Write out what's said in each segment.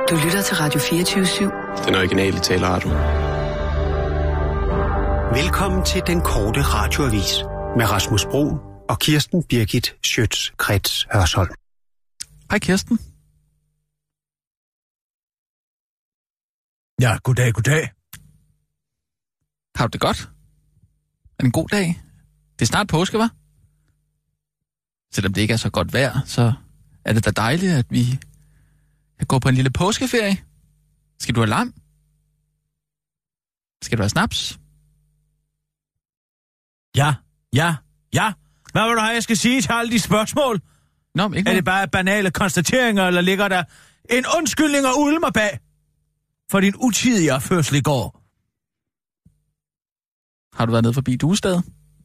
Du lytter til Radio 24/7. Den originale taleradio. Velkommen til den korte radioavis med Rasmus Bro og Kirsten Birgit Schøtz-Krets Hørsholm. Hej Kirsten. Ja, goddag. Har du det godt? Er det en god dag? Det er snart påske, hva'? Selvom det ikke er så godt vejr, så er det da dejligt, at vi kan gå på en lille påskeferie. Skal du have lam? Skal du have snaps? Ja. Hvad vil du have, jeg skal sige til alle de spørgsmål? Nå, ikke Er det bare banale konstateringer, eller ligger der en undskyldning og ulmer bag for din utidige opførsel i går? Har du været nede forbi Duestad?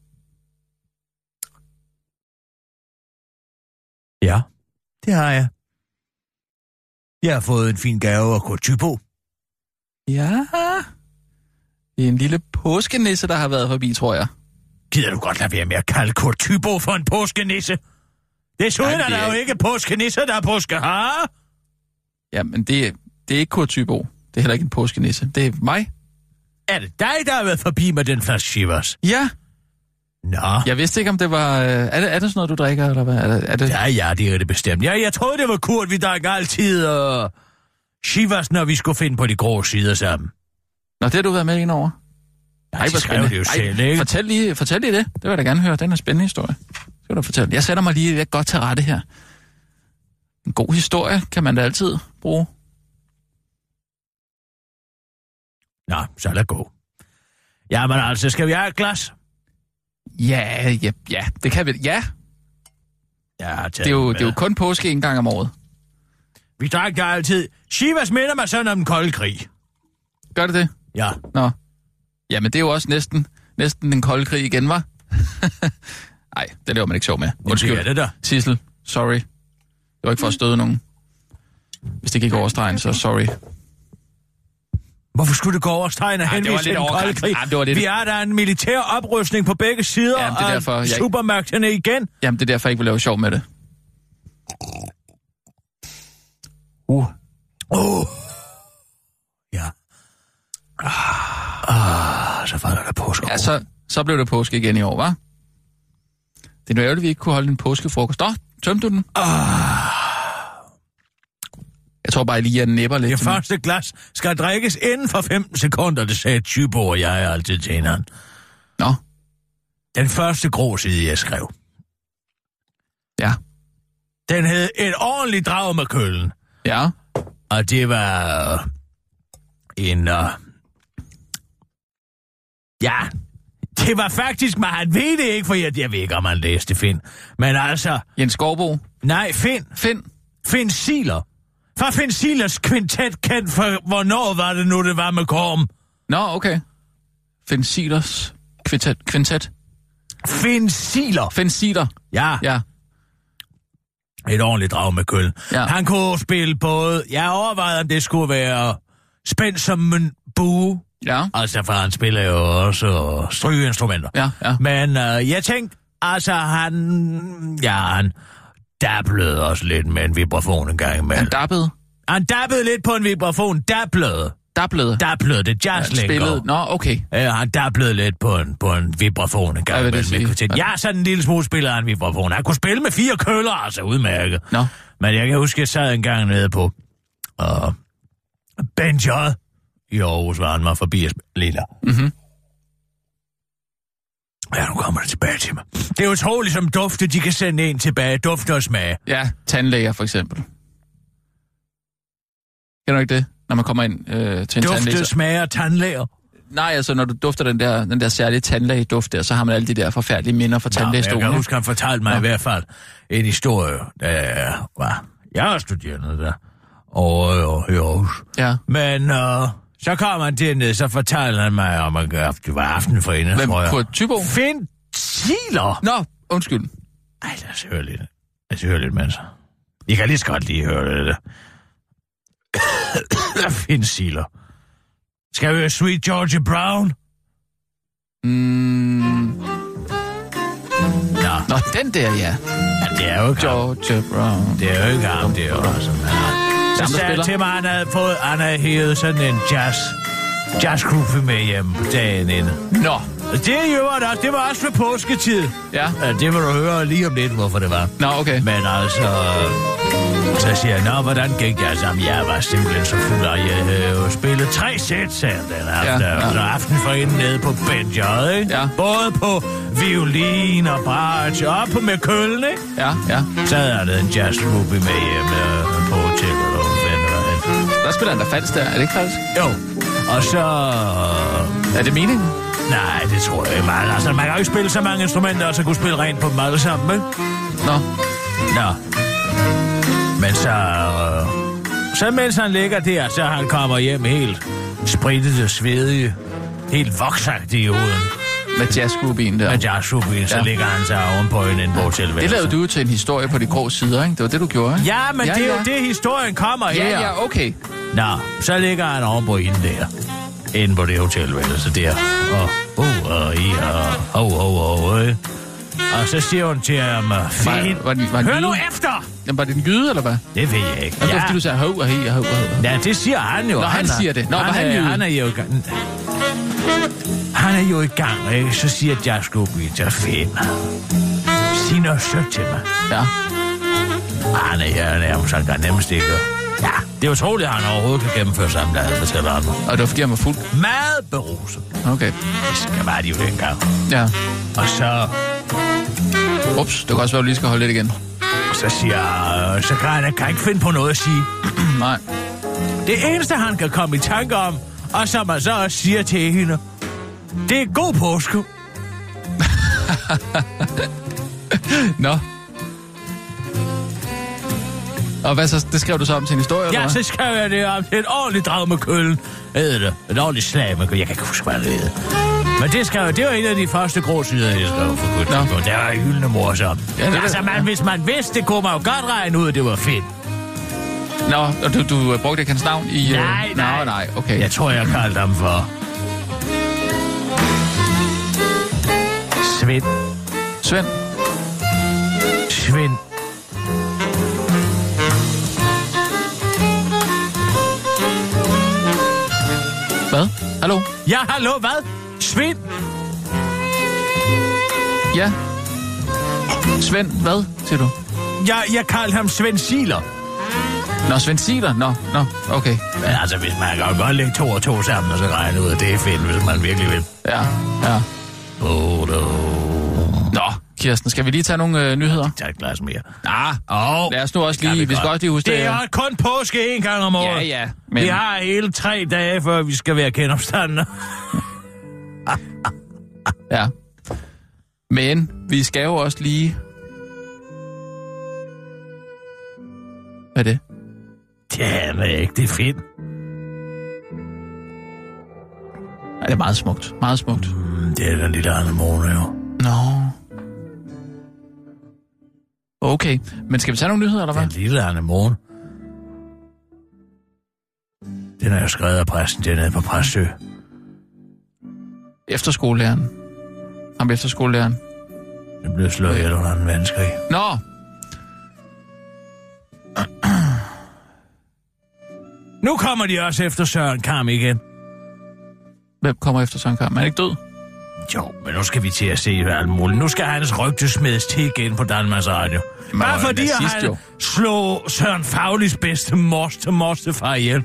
Ja, det har jeg. Jeg har fået en fin gave af Kurt Thybo. Ja. Det er en lille påskenisse, der har været forbi, tror jeg. Gider du godt lade være med at kalde Kurt Thybo for en påskenisse? Desuden er der jo ikke påskenisse, der er påskehare. Ja, men det er ikke Kurt Thybo. Det er heller ikke en påskenisse. Det er mig. Er det dig, der har været forbi med den flaske Chivas? Ja. Nå. Jeg vidste ikke, om det var... Er det sådan noget, du drikker, eller hvad? Er det... Ja, det er det bestemt. Ja, jeg troede, det var Kurt, vi drak altid Chivas, når vi skulle finde på de grå sider sammen. Nå, det har du været med ind over. Nej, hvor spændende. Det jo selv, ikke? Fortæl lige det. Det vil jeg da gerne høre. Den er en spændende historie. Det vil du fortælle. Jeg sætter mig lige godt til rette her. En god historie kan man da altid bruge. Nå, så lad gå. Jamen altså, skal vi have et glas? Ja, det kan vi. Ja. Det er jo kun påske en gang om året. Vi drak der altid. Chivas minder mig sådan om den kolde krig. Gør det det? Ja. Nå. Jamen, det er jo også næsten den kolde krig igen, hva'? Nej, det laver man ikke sjov med. Undskyld. Det er det der. Sissel, sorry. Det var ikke for at støde nogen. Hvis det gik over stregen, så sorry. Hvorfor skulle det gå over stregen og henvise til den kolde krig? Vi er der en militær oprustning på begge sider af supermagterne igen. Jamen, det er derfor, jeg ikke vil lave sjov med det. Ja. Så var der påske. Ja, så blev det påske igen i år, hva'? Det er nu ærgerligt, vi ikke kunne holde en påskefrokost. Nå, tømte du den? Jeg tror bare, jeg lige næpper lidt. Det første glas skal drikkes inden for 15 sekunder, det sagde Thybo, og jeg er altid til hinanden. Nå. Den første grå side, jeg skrev. Ja. Den hed Et ordentligt drag med køllen. Ja. Og det var en... Ja, det var faktisk, man ved det ikke, for jeg ved ikke, om man læste Finn. Men altså... Jens Skovbo? Nej, Finn Siler. For Finn Silers kvintet kendt for, hvornår var det nu, det var med Korm? Nå, okay. Finn Silers kvintet. Finn Siler. Ja. Et ordentligt drag med køl. Ja. Han kunne spille både... Jeg overvejede, om det skulle være spændt som en bue. Ja. Altså, for han spiller jo også strygeinstrumenter. Ja. Men jeg tænkte, altså han dablede også lidt med en vibrafon en gang imellem. Han dabbede lidt på en vibrafon. Dablede. Det jazzlænger. Nå, okay. Ja, han dablede lidt på en vibrafon en gang imellem. Ja, sådan en lille smule spiller han vibrafon. Han kunne spille med 4 køller, altså udmærket. Nå. Men jeg kan huske, jeg sad en gang nede på Ben J. i Aarhus, hvor han var forbi lige der. Mhm. Ja, nu kommer det tilbage til mig. Det er utroligt, som dufte, de kan sende en tilbage. Dufte og smage. Ja, tandlæger for eksempel. Kender du ikke det? Når man kommer ind til en tandlæge. Dufte, smage og tandlæger? Nej, altså når du dufter den der særlige tandlægeduft der, så har man alle de der forfærdelige minder fra tandlægestolen. Jeg kan huske, han fortalte mig i hvert fald en historie, jeg har studeret noget der. Og i Aarhus. Ja. Men så kom han derned, så fortalte han mig om, at det var aften for inde, tror jeg. Hvem? På Thybo? Finn Siler! Nå, undskyld. Ej, lad os høre lidt, mennesker. I kan lige så godt lige høre det. Finn Siler. Skal vi høre Sweet Georgia Brown? Nå, den der, ja. Ja, det er jo ikke Georgia Brown. Det er jo ikke ham, det er jo også. Så sagde jeg til mig, han havde hævet sådan en jazzgruppe med hjem dagen inden. Nå. Det var også for påsketid. Ja. Det vil du høre lige om lidt, hvorfor det var. Nå, okay. Men altså... Så siger jeg, hvordan gik jeg sammen? Jeg var simpelthen så fuld af, jeg havde jo spillet 3 sæt, sagde den aften. Ja. Så aften for inden nede på banjoet, ikke? Ja. Både på violin og bratsch, og på med køllen, ikke? Ja, ja. Så havde jeg en jazzgruppe med hjemme på hotellet, og der spiller han da falsk der, er det ikke falsk? Jo, og så... Er det meningen? Nej, det tror jeg ikke. Altså, man kan jo ikke spille så mange instrumenter, og så kunne spille rent på dem alle sammen, ikke? Nå. Men så mens han ligger der, så han kommer hjem helt spritet og svedig, helt voksagtig i hovedet. Med jazzgruppen der. Med jazzgruppen, så ligger han sig ovenpå en hotelværelse. Det lavede du til en historie på de grå sider, ikke? Det var det, du gjorde, ikke? Ja, men det er jo det, historien kommer her. Ja, okay. Nå, så ligger han ovenpå hende der. Inde på det hotelværelse der. Og så siger hun til ham, hør nu efter! Jamen, var det en gyde, eller hvad? Det ved jeg ikke. Det var fordi, du sagde, hov. Ja, det siger han jo. Nå, han siger det. Nå, han er jo i gang. Han er jo i gang, ikke? Så siger jazzgruppen til Finn. Sig noget sødt til mig. Ja. Han kan nemmest ikke. Ja, det er utroligt, at han overhovedet kan gennemføre samlejet, fortæller han mig. Og det var fordi, han var fuld? Meget beruset. Okay. Det skal være de jo dengang. Ja. Og så... Ups, det kan også være, at du lige skal holde lidt igen. Så siger jeg, så kan han ikke finde på noget at sige. Nej. Det eneste, han kan komme i tanke om, og som man så også siger til hende, det er god påske. Nå. Og hvad så? Det skrev du så om til en historie, eller ja, så skrev jeg det om til et ordentligt drag med køllen. Det. Et ordentligt slag med køllen. Jeg kan ikke huske, hvad det hedder. Men det var en af de første grå sider, jeg skrev for Gud. Det var hyldende morsomt. Ja, altså, hvis man vidste, det kunne man jo godt regne ud, at det var fedt. Nå, og du brugte ikke hans navn i... Nej, okay. Jeg tror, jeg kaldte ham for... Svend. Hvad? Hallo? Ja, hallo, hvad? Svend? Ja. Svend, hvad, siger du? Jeg kaldte ham Svend Siler. Nå, Svend Siler? Nå, okay. Men altså, hvis man kan godt lægge 2 og 2 sammen, og så regne ud, at det er fedt, hvis man virkelig vil. Ja. Nå, Kirsten, skal vi lige tage nogle nyheder? Tag et glas mere. Lad os nu også lige... Vi skal også lige huske det. Det er kun påske 1 gang om året. Ja. Men... Vi har hele 3 dage, før vi skal være genopstandende. Ja. Men vi skal jo også lige... Hvad er det? Ja, men ikke. Det er fedt. Ja, det er meget smukt. Meget smukt. Det er den lille anemone, jo. Nå. Okay, men skal vi tage nogle nyheder, eller hvad? Den lille anemone. Den er jo skrevet af præsten dernede på Præstø. Efterskolelæreren. Ham efterskolelæreren. Den blev slået ihjel under 2. verdenskrig. Nå! Nu kommer de også efter Søren Kam igen. Hvem kommer efter Søren Kam? Er han ikke død? Jo, men nu skal vi til at se alt muligt. Nu skal hans rygte smides til igen på Danmarks Radio. Bare fordi han slog Søren Faglis bedste mosterfar ihjel.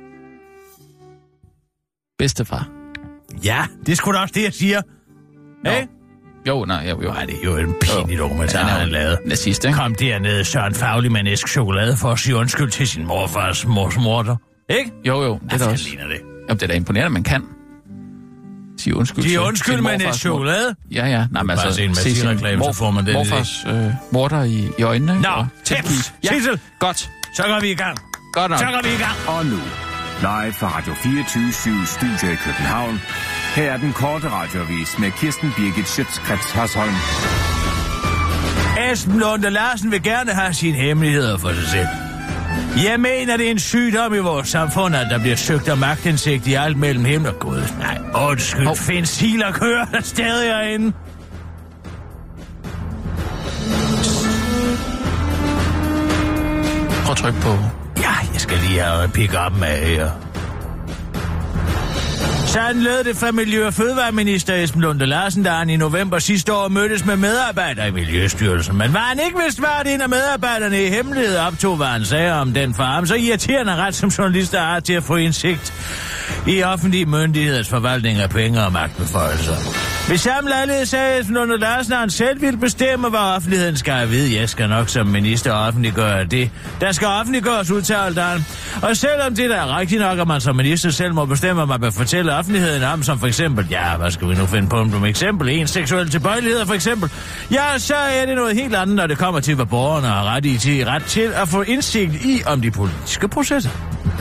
Bedstefar? Ja, det er sgu da også det, jeg siger. Hey? Jo. Nej, det er jo en pinlig dokumentar, han lavede. Nazist, ikke? Kom dernede, Søren Fagli med en æske chokolade for at sige undskyld til sin morfars morsmorter. Ikke? Jo, det er da også. Det. Jamen, det er da imponerende, man kan. Sige undskyld med en æske chokolade? Ja. Nej, men altså, se sin morfars morter i øjnene. Nå, tips. Sissel. Godt. Så går vi i gang. Godt nok. Og nu, live fra Radio 24/7 Studio i København. Her er den korte radioavis med Kirsten Birgit Schøtz-Krets Hasholm. Esben Lunde Larsen vil gerne have sine hemmeligheder for sig selv. Jeg mener, det er en sygdom i vores samfund, at der bliver søgt om magtindsigt i alt mellem himmel og Gud. Nej, undskyld, find sil og kører der stadig herinde. Prøv at trykke på Ja, jeg skal lige have pick-up med her. Sådan lød det fra Miljø- og Fødevareminister Esben Lunde Larsen, da han i november sidste år mødtes med medarbejdere i Miljøstyrelsen. Men var han ikke vist var det en af medarbejderne i hemmelighed optog, hvad han sagde om den farm, så irriterende ret som journalister har til at få indsigt i offentlige myndigheders forvaltning af penge og magtbeføjelser. Ved samme lejlighed sagde Esben Lunde Larsen, at han selv ville bestemme, hvad offentligheden skal vide. Jeg skal nok som minister offentliggøre det. Der skal offentliggøres, udtalte han. Og selvom det der er rigtigt nok, at man som minister selv må bestemme, hvad man vil fortælle offentligheden om, som for eksempel, ja, hvad skal vi nu finde på som eksempel, en seksuel tilbøjelighed for eksempel, ja, så er det noget helt andet, når det kommer til, hvad borgerne har ret til at få indsigt i om de politiske processer.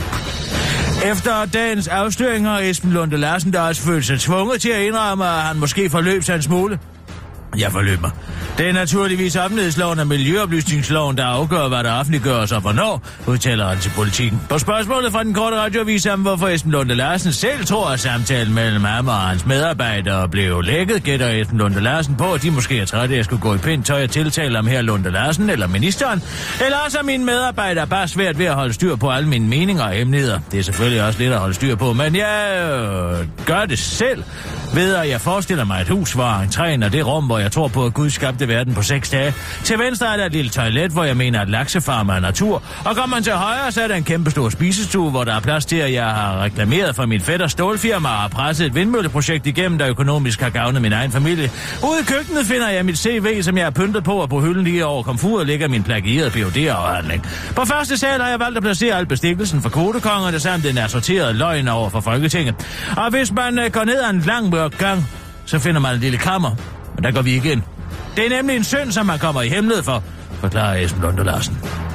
Efter dagens afsløringer har Esben Lunde Larsen der også følt sig tvunget til at indrømme, at han måske forløb sig en smule. Jeg forløb mig. Det er naturligvis offentlighedsloven og miljøoplysningsloven, der afgør, hvad der offentliggøres og hvornår, udtaler han til Politikken. På spørgsmålet fra den korte radioavis om, hvorfor Esben Lunde Larsen selv tror, at samtalen mellem ham og hans medarbejdere blev lækket, gætter Esben Lunde Larsen på, at de måske er trætte af at skulle gå i pænt tøj og tiltale om her Lunde Larsen eller ministeren. Eller også er mine medarbejdere bare svært ved at holde styr på alle mine meninger og hemmeligheder. Det er selvfølgelig også lidt at holde styr på, men jeg gør det selv ved, at jeg forestiller mig et hus, hvor entréen er det rum, hvor jeg tror på, at Gud skabte verden på 6 dage. Til venstre er der et lille toilet, hvor jeg mener, at laksefarm er natur. Og kommer man til højre, så er der en kæmpe stor spisestue, hvor der er plads til, at jeg har reklameret for min fætter stålfirma og har presset et vindmølleprojekt igennem, der økonomisk har gavnet min egen familie. Ude i køkkenet finder jeg mit CV, som jeg har pyntet på, og på hylden lige over komfuret ligger min plagierede PhD-afhandling. På første sal har jeg valgt at placere al bestikkelsen for kodekongerne samt den assorterede løgn over for Folketinget. Og hvis man går ned ad en lang mørk gang, så finder man et lille kammer. Men der går vi ikke ind. Det er nemlig en synd, som man kommer i hemmelighed for, forklarer Esben Lunde Larsen.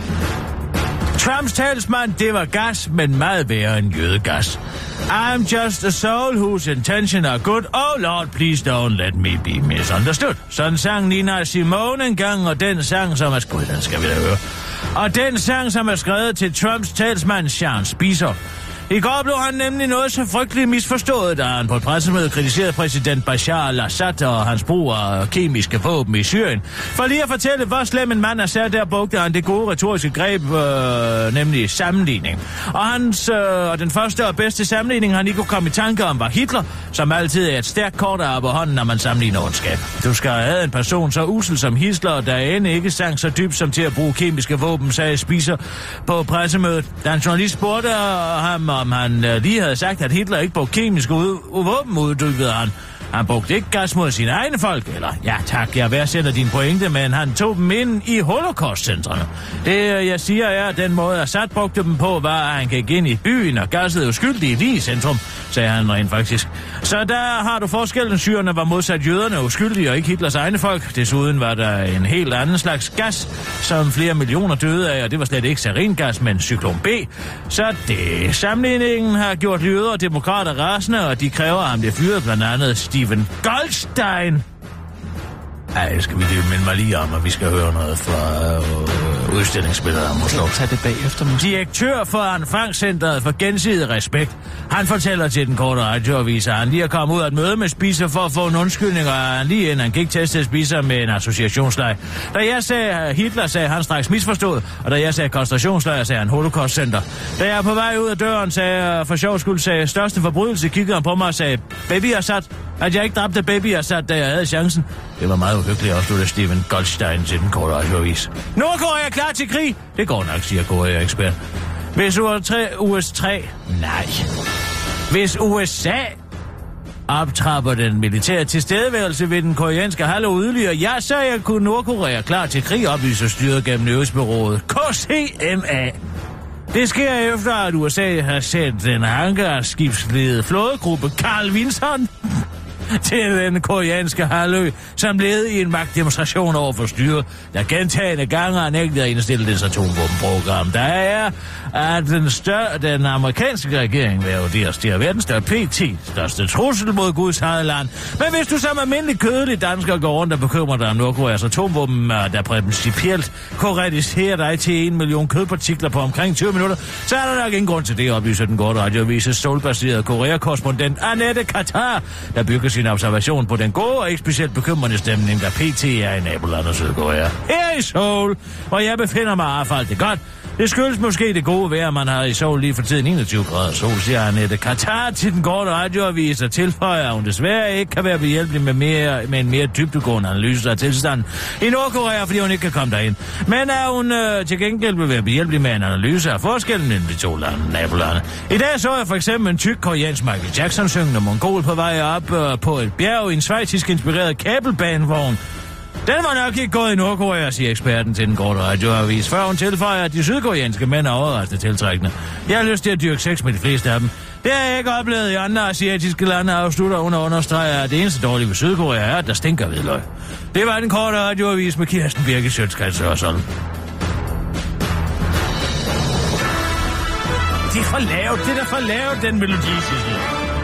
Trumps talsmand, det var gas, men meget værre end jødegas. I'm just a soul whose intention are good. Oh Lord, please don't let me be misunderstood. Sådan sang Nina Simone en gang, og den sang, som er skrevet, den skal vi da høre. Og den sang, som er skrevet til Trumps talsmand, Sean Spicer. I går blev han nemlig noget så frygteligt misforstået, da han på et pressemøde kritiserede præsident Bashar al-Assad og hans brug af kemiske våben i Syrien. For lige at fortælle, hvor slem en mand er, der brugte han det gode retoriske greb, nemlig sammenligning. Og den første og bedste sammenligning, han ikke kunne komme i tanke om, var Hitler, som altid er et stærkt kort af på hånden, når man sammenligner ondskab. Du skal have en person så usel som Hitler, der end ikke sang så dybt som til at bruge kemiske våben, sagde Spicer på pressemødet. Da en journalist spurgte ham, om han lige havde sagt, at Hitler ikke brugte kemiske våben, uddybede han. Han brugte ikke gas mod sine egne folk, eller ja tak, jeg værdsætter din pointe, men han tog dem ind i holocaust-centrene. Det jeg siger er, at den måde Assad brugte dem på, var, at han gik ind i byen og gassede uskyldige lige i centrum, sagde han rent faktisk. Så der har du forskellen. Syrerne var modsat jøderne uskyldige og ikke Hitlers egne folk. Desuden var der en helt anden slags gas, som flere millioner døde af, og det var slet ikke saringas, men cyklon B. Så det sammenligningen har gjort jøder og demokrater rasende, og de kræver ham det fyret, blandt andet Steven Goldstein. Ej, skal vi det minde mig lige om, at vi skal høre noget fra udstillingsbilledet om Oslo. Tag det bagefter, måske. Direktør for Anfang-centret for gensidig respekt. Han fortæller til den korte radioavis, at han lige er kommet ud af et møde med Spicer for at få en undskyldning, og han lige inden han gik teste Spicer med en associationslejr. Da jeg sagde Hitler, sagde han straks misforstået, og da jeg sagde koncentrationslejr, sagde han Holocaust-center. Da jeg på vej ud af døren sagde, for sjov skyld, sagde største forbrydelse, kiggede han på mig og sagde, baby Assad, at jeg ikke dræbte baby Assad, da jeg havde chancen. Det var meget uhyggeligt, afsluttede Steven Goldstein til den korte radioavis. Nordkorea er klar til krig. Det går nok, siger Korea-ekspert. Hvis USA optrapper den militære tilstedeværelse ved den koreanske halvø yderligere, ja, så er Nordkorea klar til krig, oplyser styret gennem nyhedsbureauet KCMA. Det sker efter, at USA har sendt den hangarskibsledede flådegruppe Carl Vinson til den koreanske halvø, som led i en magtdemonstration over for styret, der gentagne gange har nægtet at indstille dets atomvåbenprogram. Der er, at den amerikanske regering vil vurderes til at være den største trussel mod Guds eget land. Men hvis du som almindelig kødelig dansker går rundt og bekymrer dig om Nordkoreas atomvåben, der principielt korrediserer dig til 1 million kødpartikler på omkring 20 minutter, så er der nok ingen grund til det, oplyser den korte radioavises solbaserede Korea-korrespondent Annette Qatar, der bygger sin observation på den gode og ikke specielt bekymrende stemning, der PT er i nabolandet Sydkorea. Her i Seoul, hvor jeg befinder mig, har alt det godt, Det skyldes måske det gode vejr, man har i sol lige for tiden 21 grader sol, siger Annette Katar til den korte radioavis og tilføjer, at hun desværre ikke kan være behjælpelig med en mere dybdegående analyse af tilstanden i Nordkorea, fordi hun ikke kan komme derind. Men at hun til gengæld vil være behjælpelig med en analyse af forskellen mellem de to nabolande. I dag så jeg for eksempel en tyk koreansk Michael Jackson syngende mongol på vej op på et bjerg i en schweizisk inspireret kabelbanevogn. Den var nok ikke gået i Nordkorea, siger eksperten til den korte radioavis, før hun tilføjer, at de sydkoreanske mænd er overraskende tiltrækkende. Jeg har lyst til at dyrke sex med de fleste af dem. Det har jeg ikke oplevet i andre asiatiske lande, afslutter hun og understreger, at det eneste dårlige ved Sydkorea er, at der stinker hvidløg. Det var den korte radioavis med Kirsten Birgit Schøtz-Krets og sådan. Det er for lavt, det er for lavt, den melodi, Sissel.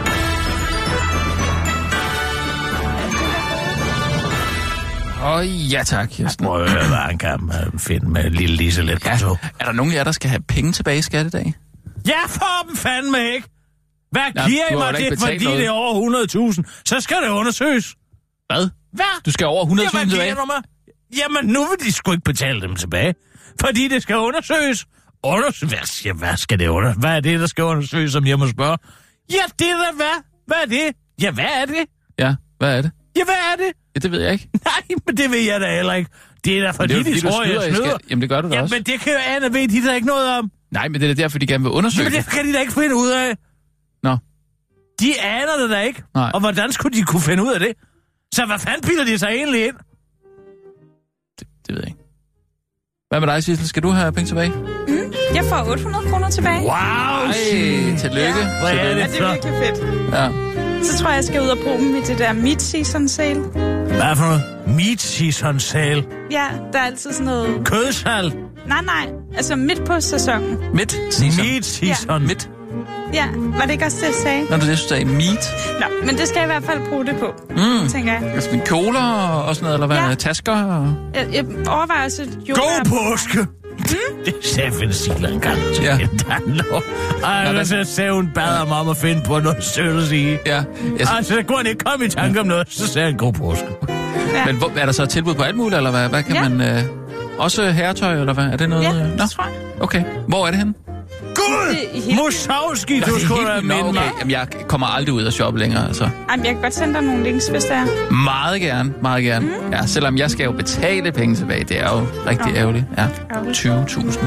Ja tak, Kirsten. Prøv at høre, hvad han kan finde med lille Lise lidt på tog. Er der nogen af jer, der skal have penge tilbage i skattedag? Jeg får dem fandme ikke! Hvad giver I mig det, fordi noget. Det er over 100.000? Så skal det undersøges. Hvad? Du skal over 100.000 tilbage? Jamen, nu vil de sgu ikke betale dem tilbage. Fordi det skal undersøges. Hvad skal det undersøges? Hvad er det, der skal undersøges, som jeg må spørge? Ja, det er da hvad? Hvad er det? Ja, hvad er det? Ja, hvad er det? Ja, hvad er det? Ja, det ved jeg ikke. Nej, men det ved jeg da heller ikke. Det er da fordi, de tror, jeg snyder. Jamen, det gør du da også. Jamen, det kan jo Anna ved, de der ikke noget om. Nej, men det er derfor, de gerne vil undersøge. Jamen, det kan de da ikke finde ud af. Nå. De aner det da ikke. Nej. Og hvordan skulle de kunne finde ud af det? Så hvad fanden piller de sig egentlig ind? Det ved jeg ikke. Hvad med dig, Sissel? Skal du have penge tilbage? Jeg får 800 kroner tilbage. Wow, tillykke. Ja. Hvad er det? Ja, det er virkelig fedt. Ja. Så tror jeg skal ud og bruge dem i det der mid-season sale. Hvad for noget? Meat-season sale? Ja, der er altid sådan noget... Kødsal? Nej, altså midt på sæsonen. Mid-season? Meat-season? Ja. Midt? Ja, var det ikke også det, jeg sagde? Nå, det sagde meat. Nå, men det skal jeg i hvert fald bruge det på, tænker jeg. Altså med kjoler og sådan noget, eller hvad? Ja. Tasker? Og... Jeg overvejer også... God påske! Det sagde Fensila engang til Ja. Så sagde hun bad ham om at finde på noget sødt at sige. Ja. Så kunne han ikke komme i tanke om noget, så sagde han god påske. Ja. Men er der så tilbud på alt muligt, eller hvad? Hvad kan man... også herretøj, eller hvad? Er det noget? Ja, Nå? det tror jeg. Okay. Hvor er det henne? Gud! Musovski, du skulle da minde mig. Jamen, jeg kommer aldrig ud og shoppe længere, altså. Jamen, jeg kan godt sende dig nogle links, hvis det er. Meget gerne, meget gerne. Ja, selvom jeg skal jo betale penge tilbage. Det er jo rigtig ærgerligt. Ja, 20.000.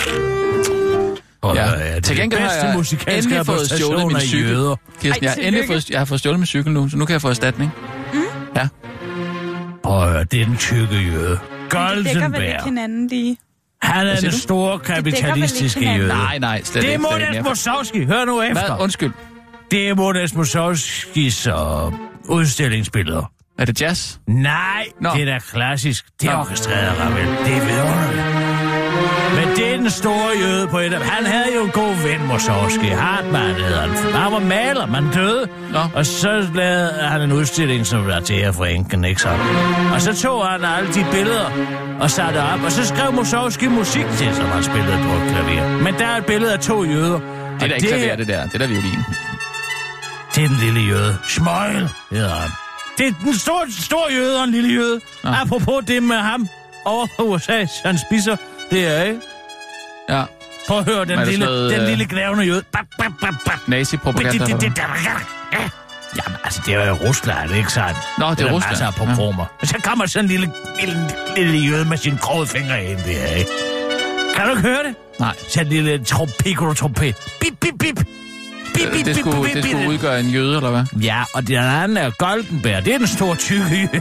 Ja. Til gengæld har jeg endelig fået stjålet min cykel. Kirsten, jeg har fået stjålet min cykel nu, så nu kan jeg få erstatning. Ja. Prøv at høre, det er den tykke jøde. Det dækker vel ikke hinanden lige. Han er den store kapitalistiske jøde. Nej, slet ikke. Det er Modest Musovski. Hør nu efter. Hvad? Undskyld. Det er Modest Musovskis udstillingsbilleder. Er det jazz? Nej, det er da klassisk. Det er orkestreret, Ravel. Det er vidunderligt. Men det er den store jøde på et af... Han havde jo en god ven, Musovski. Hartmann hedder han. Han var maler, man døde. Og så lavede han en udstilling, som var til for enken, ikke så? Og så tog han alle de billeder og satte op. Og så skrev Musovski musik til, som han spillede på klaver. Men der er et billede af 2 jøder. Det er da ikke klaver, det der. Det er da violin. Det er den lille jøde. Smøjl hedder han. Det er den store jøde og en lille jøde. Apropos det med ham over på USA, han spiser. Det er, ikke? Ja. Prøv at høre, den lille glavne jøde. Nazi-propaganda. Jamen, altså, det er jo Rusland, ikke sandt? Nå, det er Rusland. Masser af pogromer. Og så kommer sådan en lille jøde med sine grove fingre ind, det her, ikke? Kan du ikke høre det? Nej. Så en lille piccolo-trompet. Bip, bip, bip. Det skulle udgøre en jøde, eller hvad? Ja, og den anden er Goldenberg. Det er den store tykke jøde.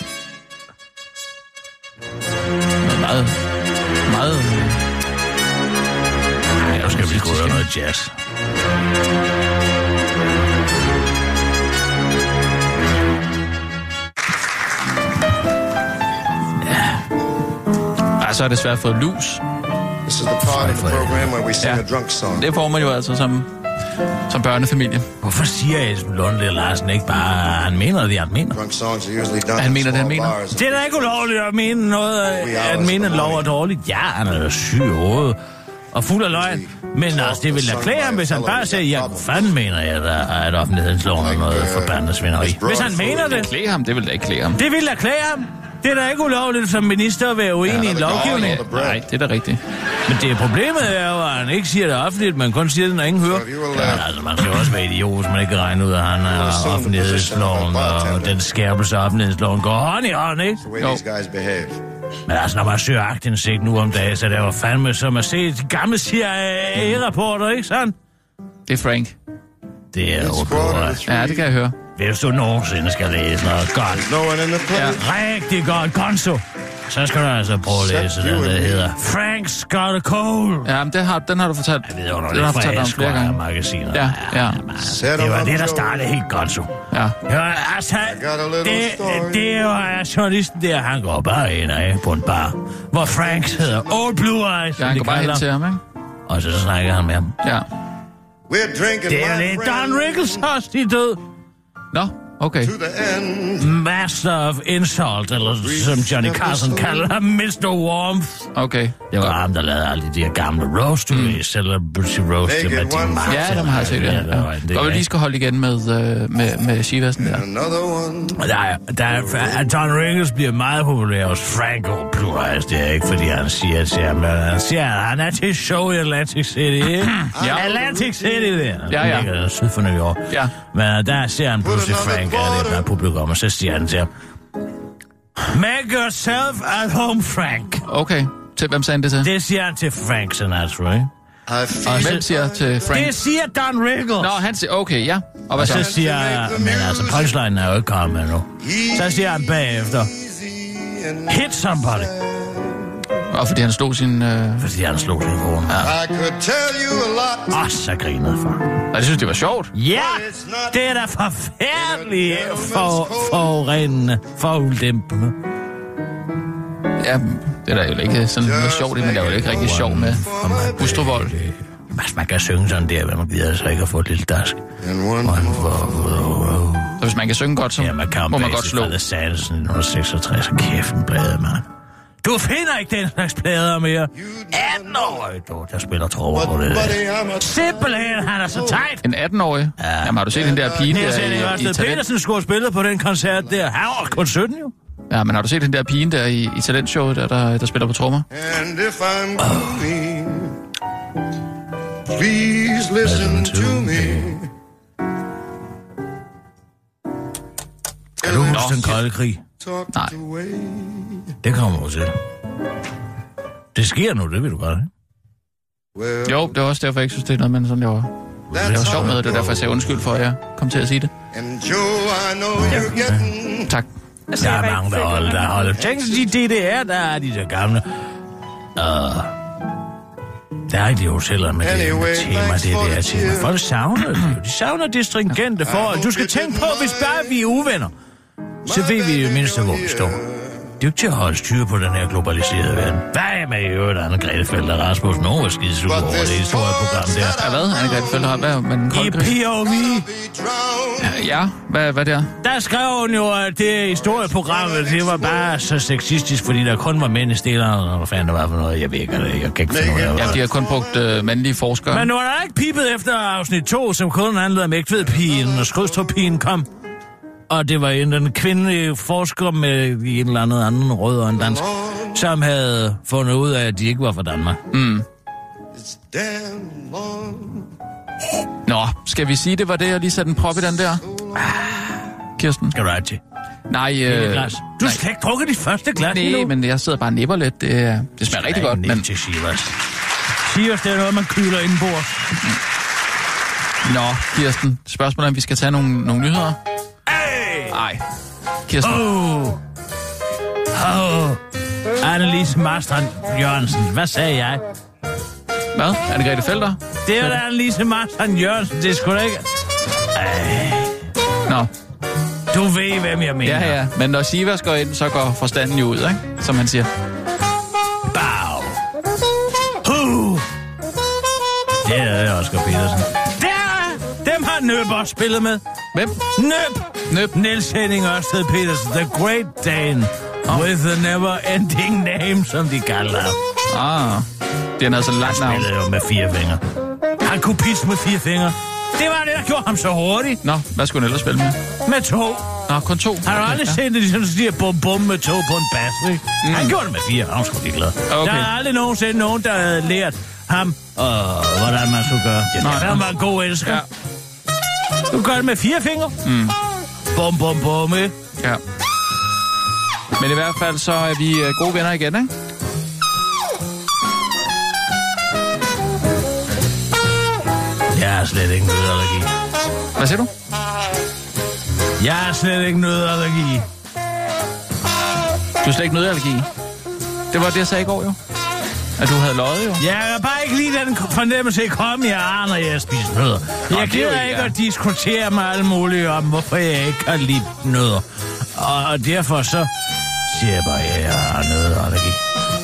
Meget. Ja, nu skal vi sgu høre noget jazz. Ja, så er det svært at få lus. This is the part of the program where we sing a drunk song. Det får man jo altså som børnefamilie. Hvorfor siger Esben Lunde Larsen ikke bare, han mener det, han mener? Han mener det, han mener. Det er da ikke ulovligt at mene noget, at mene en lov er dårligt. Ja, han er syg i hovedet og fuld af løgn. Men altså, det ville da klæde ham, hvis han bare siger, ja, fanden mener jeg, der er et offentlighedslov og noget forbandet svineri. Hvis han mener det. Klæde ham, det vil da ikke klæde ham. Det vil da klæde ham. Det er da ikke ulovligt som minister at være uenig i en lovgivning. Nej, det er da rigtigt. Men det problemet er jo, at han ikke siger det offentligt, men kun siger det, når ingen hører. Ja, altså, man skal jo også være idiot, hvis man ikke kan regne ud, at han er offentlighedsloven, og den skærpelse af offentlighedsloven går hånd i hånd, ikke? Jo. Men altså, når man søger aktindsigt nu om dagen, så det var fandme som at se de gamle CIA-rapporter, ikke sådan? Det er Frank. Det er jo ja, det kan jeg høre. Hvis du nogensinde skal læse noget godt, rigtig godt, Gonzo, så skal du altså prøve at læse den, der hedder Frank's Got a Cold. Ja, men den har du fortalt. Jeg ved, den har fortalt om flere gange. Magasinet. Ja. Det var det, der startede helt Gonzo. Ja. Altså, det er jo journalisten der, han går bare ind på en bar, hvor Frank hedder Old Blue Eyes. Ja, han går bare hen til ham, ikke? Og så snakker han med ham. Ja. Det er lidt Don Rickles også, de død. Nå, okay. Master of Insult, eller som Johnny Carson kalder ham, Mr. Warmth. Okay. Det var ham, der lavede alle de der gamle roast-to-me, celebrity roast. Ja, dem har jeg set, ja. Godt, vi lige skal holde igen med Shivasen der. Don Rickles bliver meget populær hos Frank og Blue Eyes. Det er ikke, fordi han siger til ham, han siger, han er til show i Atlantic City, ikke? Ja. Atlantic City, der. Ja. Han ligger syd for New York. Ja. Men der ser han pludselig Frank, er det blandt publikum, og så siger han til ham, make yourself at home, Frank. Okay. Til hvem sagde han det til? Det siger han til Frank Sinatra, ikke? Og hvem siger til Frank? Det siger Don Rickles. Nå, han siger, okay, ja. Og så siger men altså, punchline er jo ikke kommet nu. Så siger han bagefter, hit somebody. Og fordi han slog sin... Fordi han slog sin kone. Ja. Så grinede for. Og det synes det var sjovt. Ja, det er da forfærdeligt forurenende, foruldæmpende. Ja, det er da jo ikke sådan noget sjovt, men det er jo ikke rigtig sjovt med hustruvold. Man kan synge sådan der, hvad man gider så ikke at få et lille dask. Så hvis man kan synge godt, så må man godt slå. Ja, man kan jo 1966, og kæft en plade, mand. Du finder ikke den slags plader mere. 18-årig, der spiller trommer på det der. Simpelthen, han er så tight. En 18-årig? Ja. Jamen, har du set den der pige der i Petersen skulle have spillet på den koncert der. Han var kun 17 jo. Ja, men har du set den der pige der i talentshowet, der spiller på trommer? Please listen to me. Kan du huske den kolde krig? Nej. Det kommer jo til. Det sker nu, det ved du godt, ikke? Jo, det er også derfor, jeg ikke synes, det er noget, men sådan, det var sjovt med, det er derfor, jeg sagde undskyld for, at jeg kom til at sige det. Ja. Tak. Der er mange, der holder. Tænk de DDR, der er de der gamle. Der er de hoteller med det tema, det der tema. Folk savner det jo. De savner det stringente forhold. Du skal tænke på, hvis bare vi er uvenner, så ved vi jo mindst, hvor vi står. Det er jo ikke til at holde styr på den her globaliserede verden. Hvad med i øvrigt, Anne-Grethe Felder Rasmussen? Hun var skidesur over det historieprogram der. Ja, hvad? Anne-Grethe Felder? Hvad med den kolde krig? I POV. Ja, hvad der? Der skrev hun jo, at det historieprogrammet, det var bare så sexistisk, fordi der kun var mænd i stillerne, og hvad fanden det var for noget. Jeg ved ikke, jeg kan ikke finde ud af det. Ja, de har kun brugt mandlige forskere. Men nu er der ikke pipet efter afsnit 2, som kun handlede om Ægtvedpigen, og Skrydstrup-pigen kom. Og det var en kvindelige forsker med en eller anden rød og en dansk, som havde fundet ud af, at de ikke var fra Danmark. Mm. Nå, skal vi sige, det var det, jeg lige satte en prop i den der? Kirsten? Skal du have til? Nej, du skal ikke drukke dit første glas endnu. Nej, men jeg sidder bare og nipper lidt. Det smager rigtig godt. Men til Sivas. Sivas, det er noget, man kyler indenbords. Nå, Kirsten. Spørgsmålet er, om vi skal tage nogle nyheder? Nej. Kirsten. Annelise Marstrand Jørgensen. Hvad sagde jeg? Hvad? Anne-Grethe Felder? Det er jo da Annelise Marstrand Jørgensen. Det er sgu da ikke... Nå. Du ved, hvem jeg mener. Ja. Men når Sivas går ind, så går forstanden jo ud, ikke? Som han siger. Bow. Det er Oscar Petersen. Dem har Nøb også spillet med. Hvem? Nøb. Niels Henning Ørsted Petersen. The Great Dane. With the never-ending name, som de kalder ham. Det er altså langt navn. Han spillede jo med 4 fingre. Han kunne pitche med 4 fingre. Det var det, der gjorde ham så hurtigt. Nå, hvad skulle han ellers spille med? Med tog. Nå, kun 2. Han har aldrig set det, sådan siger bum med tog på en bas, ikke? Han gjorde det med 4. Han var sgu ikke glad. Okay. Der er aldrig nogensinde nogen, der havde lært ham, hvordan man skulle gøre. Han var en god elsker. Ja. Du gør det med 4 fingre. Bum, ikke? Ja. Men i hvert fald, så er vi gode venner igen, ikke? Jeg har slet ikke nødallergi. Hvad siger du? Jeg har slet ikke nødallergi. Du har slet ikke nødallergi? Det var det, jeg sagde i går, jo. At du havde løjet, jo. Jeg kan bare ikke lide den fornemmelse, jeg har, når jeg spiser nødder. Jeg gider ikke at diskutere med alle mulige om, hvorfor jeg ikke kan lide nødder. Og derfor så siger jeg bare, at jeg har nødallergi.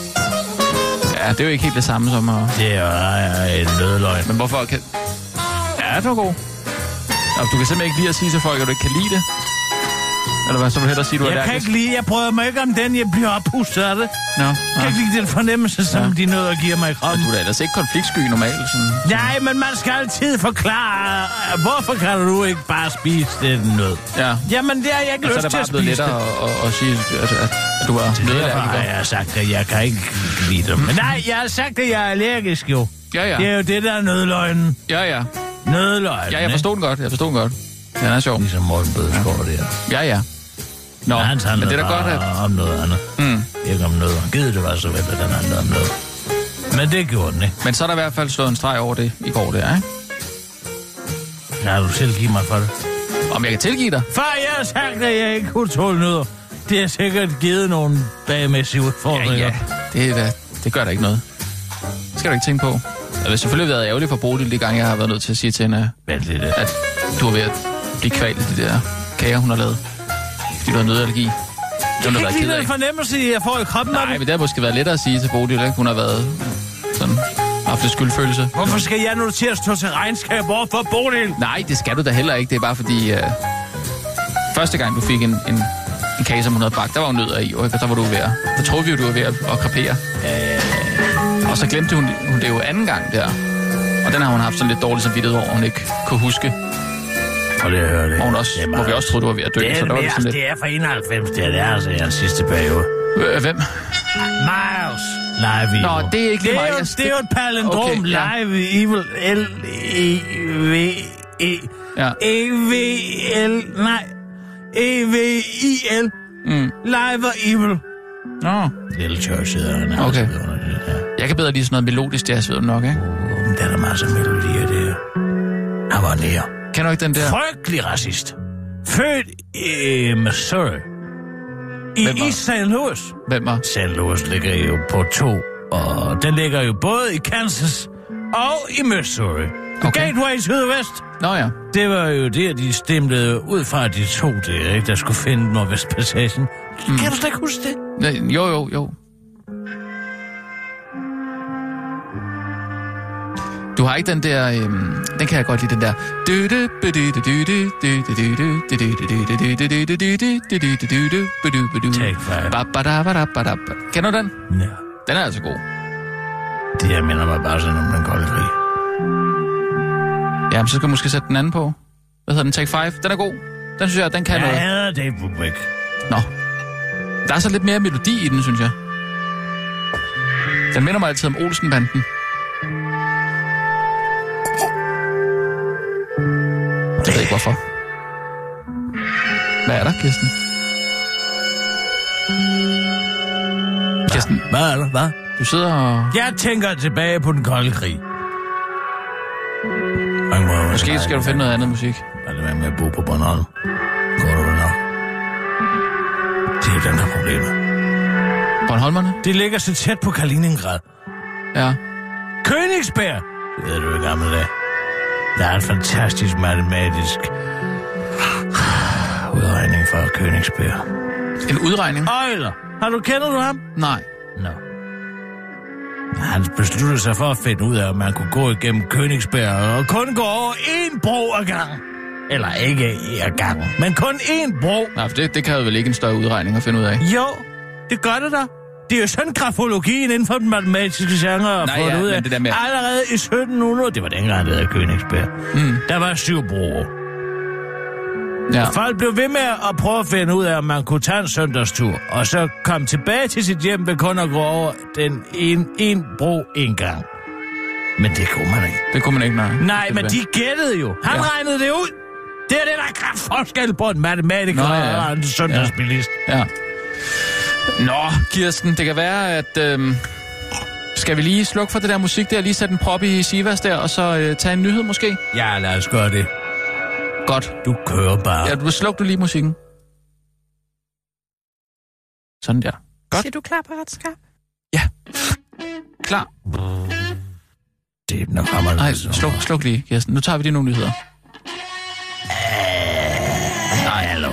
Ja, det er jo ikke helt det samme som at... Det er en nødløgn. Men hvorfor kan... Ja, det var god. Du kan simpelthen ikke lide at sige til folk, at du ikke kan lide det. Eller hvad, så vil du hellere sige, du er allergisk? Jeg kan ikke lide, jeg prøver mig ikke om den, jeg bliver oppustet af det. Jeg kan ikke lide den fornemmelse, som de nødder giver mig i kroppen. Du er da ellers ikke konfliktsky normalt. Sådan. Nej, men man skal altid forklare, hvorfor kan du ikke bare spise den nød? Ja. Jamen, det er jeg ikke lyst til at spise det. Så er det bare blevet lettere at sige, at du er nødallergiker. Jeg har sagt, at jeg kan ikke lide dem. Men nej, jeg har sagt, at jeg er allergisk jo. Ja. Det er jo det, der er nødløgnen. Ja. Nødløgnen. Ja, jeg forstod den godt. Den er sjov. Ligesom Morten Bødskov der. Ja. Nå, men det er da godt, at... om noget andet. Ikke om noget. Givet det var så vel, at den handlede om noget. Men det gjorde den, ikke? Men så er der i hvert fald slået en streg over det i går, det er, ikke? Ja, du selv give mig for det. Om jeg kan tilgive dig? Far, jeg har sagt, at jeg ikke kunne tåle nødder. Det har sikkert givet nogle bagmæssige udfordringer. Ja. Det gør der ikke noget. Det skal du ikke tænke på. Det har selvfølgelig været ærgerligt for Bodil, de gange jeg har været nødt til at sige til hende, at du er ved at blive kvalt i de der kager, hun har lavet. Fordi du har nødallergi. Jeg kan ikke lide den fornemmelse, jeg får i kroppen. Nej, men det har måske været lettere at sige til Bodil, ikke? Hun har været sådan, haft en skyldfølelse. Hvorfor skal jeg nu til at stå til regnskab over for Bodil? Nej, det skal du da heller ikke. Det er bare fordi, første gang du fik en kage, som hun havde bagt, der var jo nødder i, og der var du ved at... Der troede vi jo, du var ved at krepere. Og så glemte hun det jo anden gang der. Og den har hun haft sådan lidt dårligt samvittighed over, hun ikke kunne huske. Og det hører det. Hvor vi også troede, du var ved at dø. Det er, så der var det, lidt... det er fra 91, det er altså i den sidste periode. Hvem? Miles Live Evil. Nå, det er ikke lige mig. Det er jo et palindrom. Okay, Live Evil. L-E-V-E. Ja. E-V-L. Nej. E-V-I-L. Live og Evil. Nå. Little Church hedder han. Okay. Jeg kan bedre lide sådan noget melodisk jazz, ved du nok, ikke? Der er der masser af melodier, det her. Han var nær. Kan du ikke den der? Frygtelig racist. Født i Missouri. I East St. Louis. Hvem var? St. Louis ligger jo på 2. Og den ligger jo både i Kansas og i Missouri. Okay. Gateway sydvest. Nå ja. Det var jo det, de stemte ud fra, at de to det, ikke? Der skulle finde Nordvestpassagen. Kan du slet ikke huske det? Jo. Du har ikke den der... den kan jeg godt lide, den der... Take 5. Kender du den? Ja. Den er altså god. Det her minder mig bare sådan om den kolde krig. Jamen, så skal jeg måske sætte den anden på. Hvad hedder den? Take 5. Den er god. Den synes jeg, den kan noget. Jeg hader Dave Brubeck. Nå. Der er så lidt mere melodi i den, synes jeg. Den minder mig altid om Olsenbanden. Jeg ved ikke, hvorfor. Hvad er der, Kirsten? Kirsten? Hvad er der? Hvad? Du sidder og... Jeg tænker tilbage på den kolde krig. Måske skal du finde noget andet musik. Er det med at bo på Bornholm? Går du vel nok? Det er jo den, der problemer. Bornholmerne? Det ligger så tæt på Kaliningrad. Ja. Königsberg! Det ved du i gamle dage. Der er en fantastisk matematisk udregning for Königsberg. En udregning? Euler! Kender du ham? Nej. Nå. Han besluttede sig for at finde ud af, at man kunne gå igennem Königsberg og kun gå over én bro ad gangen. Eller ikke ad gangen, men kun én bro. Nej, for det kan jo vel ikke en større udregning at finde ud af. Jo, det gør det da. Det er jo sådan grafologien inden for den matematiske genre at få det ud af. Det med... Allerede i 1700, det var dengang, det hedder Königsberg, der var 7 broer. Ja. Folk blev ved med at prøve at finde ud af, om man kunne tage en søndagstur, og så komme tilbage til sit hjem ved kun at gå over den en bro en gang. Men det kunne man ikke. Det kunne man ikke, nej. Nej, men de gættede jo. Han regnede det ud. Det er det, der er forskel på en matematiker og en søndagsbilist. Ja. Nå, Kirsten, det kan være, at... skal vi lige slukke for det der musik der, lige sætte en prop i Sivas der, og så tage en nyhed måske? Ja, lad os gøre det. Godt. Du kører bare. Ja, sluk du lige musikken. Sådan der. Godt. Siger du klar, parat, skarp? Ja. Klar. Det er nok hammer. Nej, sluk lige, Kirsten. Nu tager vi lige nogle nyheder. Nej, hallo.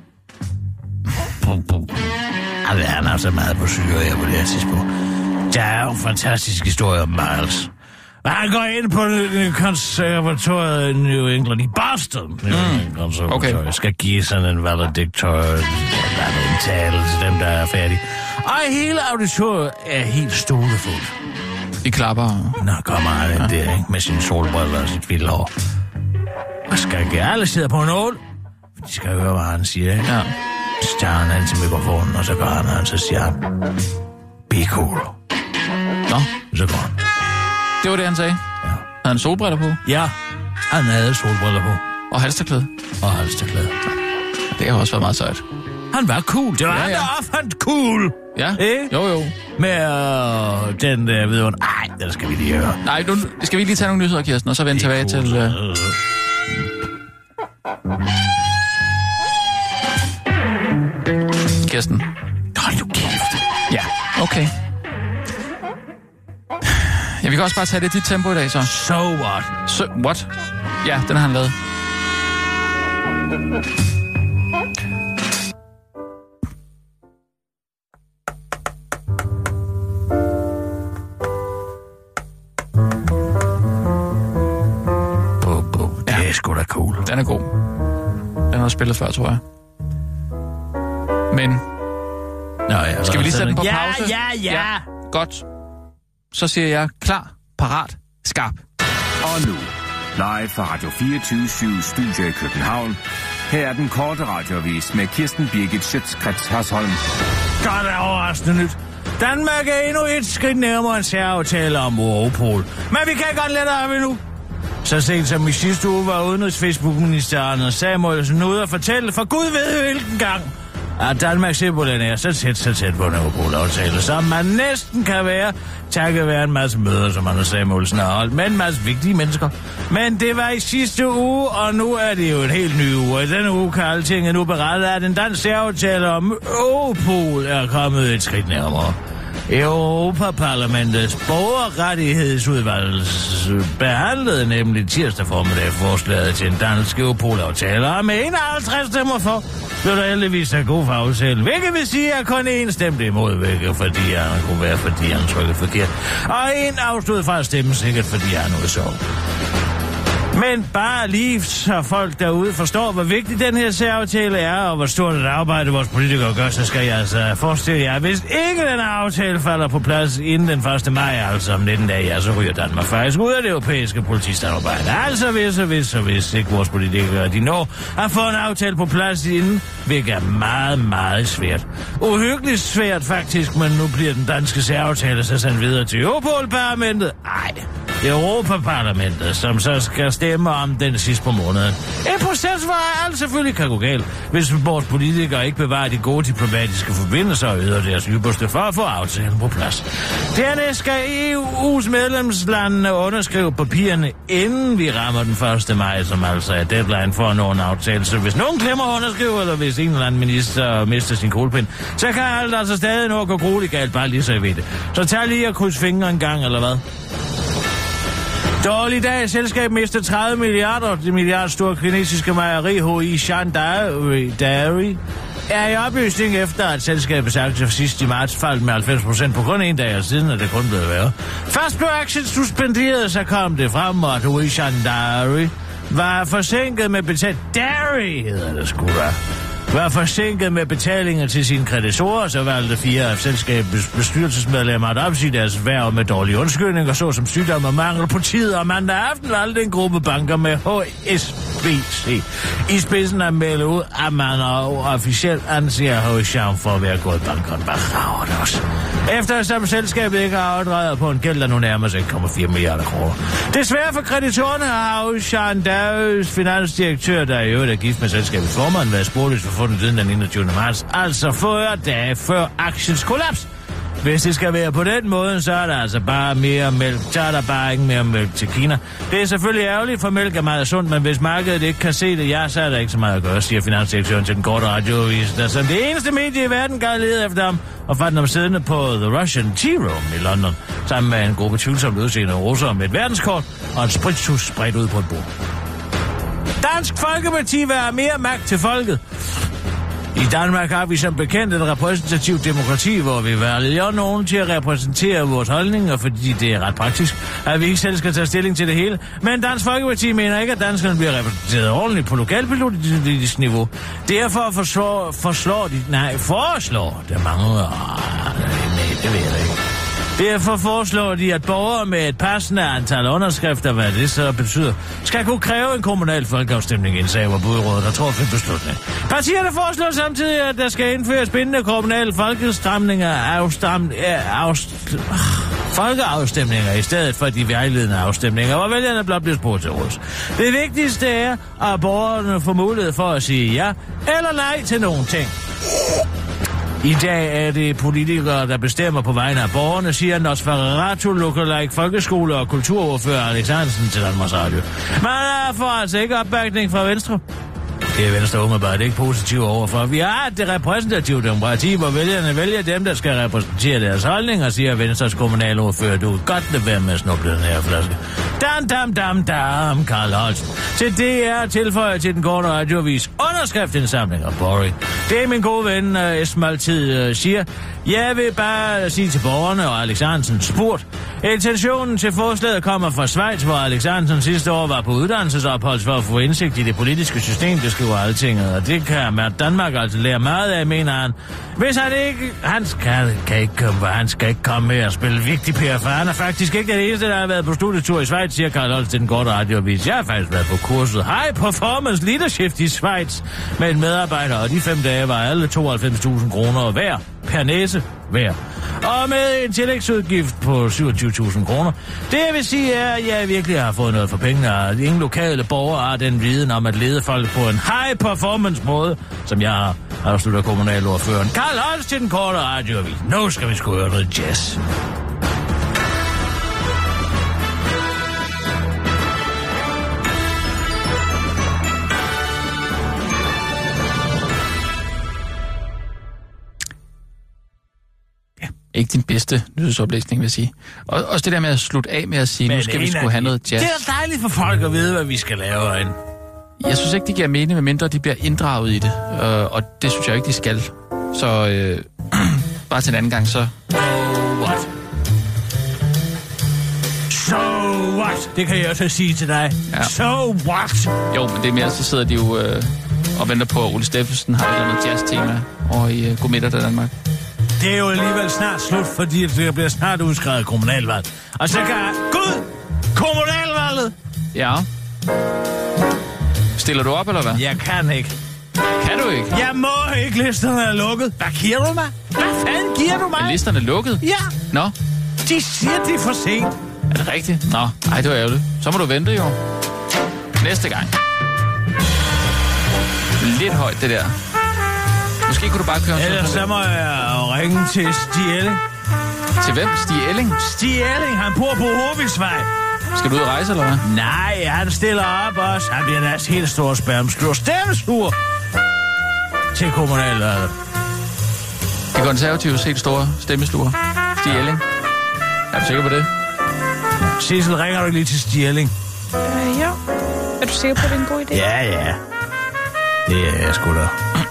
Han er så meget på syre her på det her tidspunkt. Der er jo en fantastisk historie om Miles. Han går ind på konservatoriet i New England i Boston. Okay. Skal give sådan en valedictorian en tale til dem, der er færdige. Og hele auditoriet er helt stolefuldt. De klapper. Nå, kommer han ind der, ikke? Med sine solbriller og sit vilde hår. Og skal ikke alle sidder på en ål. De skal høre, hvad han siger, ikke? Ja. Så tager han ind til mikrofonen, og så går han, og så siger han, be cool. Nå. Så går han. Det var det, han sagde? Ja. Havde han solbriller på? Ja, han havde solbriller på. Og halsterklæde? Og halsterklæde. Det har også været meget sejt. Han var cool. Det var han, der opfandt cool. Ja, jo. Med den der videre. Ej, det skal vi lige høre. Nej, nu skal vi lige tage nogle nyheder, Kirsten, og så vende tilbage til... Kirsten. Hold nu kæft. Ja, okay. Ja, vi kan også bare tage det i dit tempo i dag, så. So what? What? Ja, den har han lavet. Det er sgu da cool. Den er god. Den har spillet før, tror jeg. Men... Nå, ja, skal vi lige sætte den på pause? Ja. Godt. Så siger jeg klar, parat, skarp. Og nu, live fra Radio 24/7 Studio i København. Her er den korte radioavis med Kirsten Birgit Schøtz-Krets Hasholm. Godt er overraskende nyt. Danmark er endnu et skridt nærmere en særaftale om Europol. Men vi kan godt lade op endnu. Så sent som i sidste uge var udenrigs-Facebook-minister Anders Samuelsen ude at fortælle for Gud ved hvilken gang, at Danmark simpelthen er så tæt på en Europol-aftale, som man næsten kan være, takket være en masse møder, som Anders Samuelsen har holdt, med en masse vigtige mennesker. Men det var i sidste uge, og nu er det jo en helt ny uge, og i denne uge kan Altinget nu berette, at den danske aftale om Europol er kommet et skridt nærmere. Europaparlamentets borgerrettighedsudvalg behandlede nemlig tirsdag formiddag forslaget til en dansk Europol-aftale, og med 51 stemmer for blev der heldigvis en god for aftalen, hvilket vil sige, at kun én stemte imod, hvilket fordi han kunne være, fordi han trykkede forkert, og en afstod fra at stemme sikkert, fordi han nu så. Men bare lige så folk derude forstår, hvor vigtig den her særaftale er, og hvor stort et arbejde vores politikere gør, så skal jeg altså forestille jer, hvis ikke den aftale falder på plads inden den 1. maj, altså om 19 dage, ja, så ryger Danmark faktisk ud af det europæiske politisamarbejde. Altså hvis ikke vores politikere, de når at få en aftale på plads inden, hvilket er meget, meget svært. Uhyggeligt svært faktisk, men nu bliver den danske særaftale så sendt videre til Europol-parlamentet. Ej, Europaparlamentet, som så skal stemme om den sidste på måneden. En proces, hvor alt selvfølgelig kan gå galt, hvis vores politikere ikke bevarer de gode diplomatiske forbindelser og yder deres ypperste for at få aftalen på plads. Dernæst skal EU's medlemslandene underskrive papirerne, inden vi rammer den 1. maj, som altså er deadline for at nå en aftale. Så hvis nogen glemmer at underskrive, eller hvis en eller anden minister mister sin kuglepind, så kan alt altså stadig nå at gå grueligt galt, bare lige så jeg ved det. Så tag lige og kryds fingre en gang, eller hvad? Dårlig dag. Selskab mister 30 milliarder. Det milliardstore kinesiske mejeri HI Shan Dairy er i opløsning efter, at selskabets aktier sidst i marts faldt med 90% på kun en dag, og siden er det kun blevet værre. Først blev aktien suspenderet, så kom det frem, at HI Shan Dairy var forsinket med betalt. Dairy hedder det sgu da. var forsinket med betalinger til sine kreditorer, så valgte 4 af selskabets bestyrelsesmedlemmer at opsige deres hverv med dårlige undskyldninger, såsom sygdom og mangel på tid, og mandag aften valgte en gruppe banker med HSBC i spidsen at melde ud, at man officielt anser Hosham for at være gået bankeren bag. Eftersom selskabet ikke har afdrejet på en gæld, der nu nærmer sig 1,4 milliarder kroner. Desværre for kreditorerne har Hosham Davids finansdirektør, der i øvrigt er gift med selskabets formand, været sporløst forfundet siden den 21. marts, altså 40 dage før aktiens kollaps. Hvis det skal være på den måde, så er der altså bare mere mælk. Så er der bare ikke mere mælk til Kina. Det er selvfølgelig ærgerligt, for mælk er meget sundt, men hvis markedet ikke kan se det, ja, så er der ikke så meget at gøre, siger finansdirektøren til den korte radioavis, der som det eneste medie i verden kan lede efter ham, og fandt ham siddende på The Russian Tea Room i London, sammen med en gruppe tvivlsomt udseende russere med et verdenskort og en spritstus spredt ud på et bord. Dansk Folkeparti vil have mere magt til folket. I Danmark har vi som bekendt et repræsentativt demokrati, hvor vi vælger nogen til at repræsentere vores holdninger, fordi det er ret praktisk, at vi ikke selv skal tage stilling til det hele. Men Dansk Folkeparti mener ikke, at danskerne bliver repræsenteret ordentligt på lokalpolitisk niveau. Derfor foreslår de, at borgere med et passende antal underskrifter, hvad det så betyder, skal kunne kræve en kommunal folkeafstemning i en sag, hvor byrådet har truffet en beslutning. Partierne foreslår samtidig, at der skal indføres bindende kommunale folkeafstemninger i stedet for de vejledende afstemninger, hvor vælgerne blot bliver spurgt til råds. Det vigtigste er, at borgerne får mulighed for at sige ja eller nej til nogle ting. I dag er det politikere, der bestemmer på vegne af borgerne, siger Nosferatu Lookalike folkeskole- og kulturordfører Alex Hansen til Danmarks Radio. Man får altså ikke opbakning fra Venstre. Det er Venstre umiddelbart ikke positiv overfor. Vi har det repræsentative demokrati, hvor vælgerne vælger dem, der skal repræsentere deres holdninger, siger Venstres kommunalordfører. Du kan godt lade være med at snuble den her flaske. Dam, Karl Holst. Til DR tilføjer til den korte radioavis underskriftindsamling og boring. Det er min gode ven Esmaltid siger. Jeg vil bare sige til borgerne og Alex Hansen spurgt. Intentionen til forslaget kommer fra Schweiz, hvor Alex Hansen sidste år var på uddannelsesophold for at få indsigt i det politiske system, det skriver Altinget. Og det kan Danmark altså lære meget af, mener han. Hvis han ikke... Han skal ikke komme med at spille vigtig per, for han er faktisk ikke den eneste, der har været på studietur i Schweiz, siger Karl Holst til den korte radioavis. Jeg har faktisk været på kurset High Performance Leadership i Schweiz med en medarbejder, og de 5 dage var alle 92.000 kroner hver per næse hver. Og med en tillægsudgift på 27.000 kroner. Det vil sige, at jeg virkelig har fået noget for pengene, og ingen lokale borgere har den viden om at lede folk på en high performance måde, som jeg har, afslutter kommunalordføreren Karl Holst til den korte radioavis. Nu skal vi sgu høre noget jazz. Ikke din bedste nyhedsoplæsning, vil jeg sige. Og også det der med at slutte af med at sige, nu skal vi sgu have noget jazz. Det er dejligt for folk at vide, hvad vi skal lave herinde. Jeg synes ikke, det giver mening, medmindre de bliver inddraget i det. Og det synes jeg ikke, de skal. Så bare til en anden gang, så... So what? Det kan jeg også sige til dig. Ja. So what? Jo, men det er mere, så sidder de jo og venter på, at Ole Steffensen har et eller andet jazz-tema over i Godmiddag til Danmark. Det er jo alligevel snart slut, fordi det bliver snart udskrevet kommunalvalg. Og så kan... Gud! Kommunalvalget! Ja. Stiller du op, eller hvad? Jeg kan ikke. Kan du ikke? Jeg må ikke. Listerne er lukket. Hvad giver du mig? Hvad fanden giver du mig? Er listerne lukket? Ja. Nå. De siger, det er for sent. Er det rigtigt? Nå, ej, det var ærgerligt. Så må du vente, jo. Næste gang. Lidt højt, det der. Måske kunne du bare køre en ellers så må jeg ringe til Stig Elling. Til hvem? Stig Elling? Stig Elling, han bor på Hovigsvej. Skal du ud og rejse, eller hvad? Nej, han stiller op også. Han bliver deres helt store stemmesluger til kommunalvalget. De konservative helt store stemmesluger. Stig Elling. Er du sikker på det? Sissel, ringer du lige til Stig Elling? Ja. Er du sikker på, at det er en god idé? Ja. Det er jeg sgu da.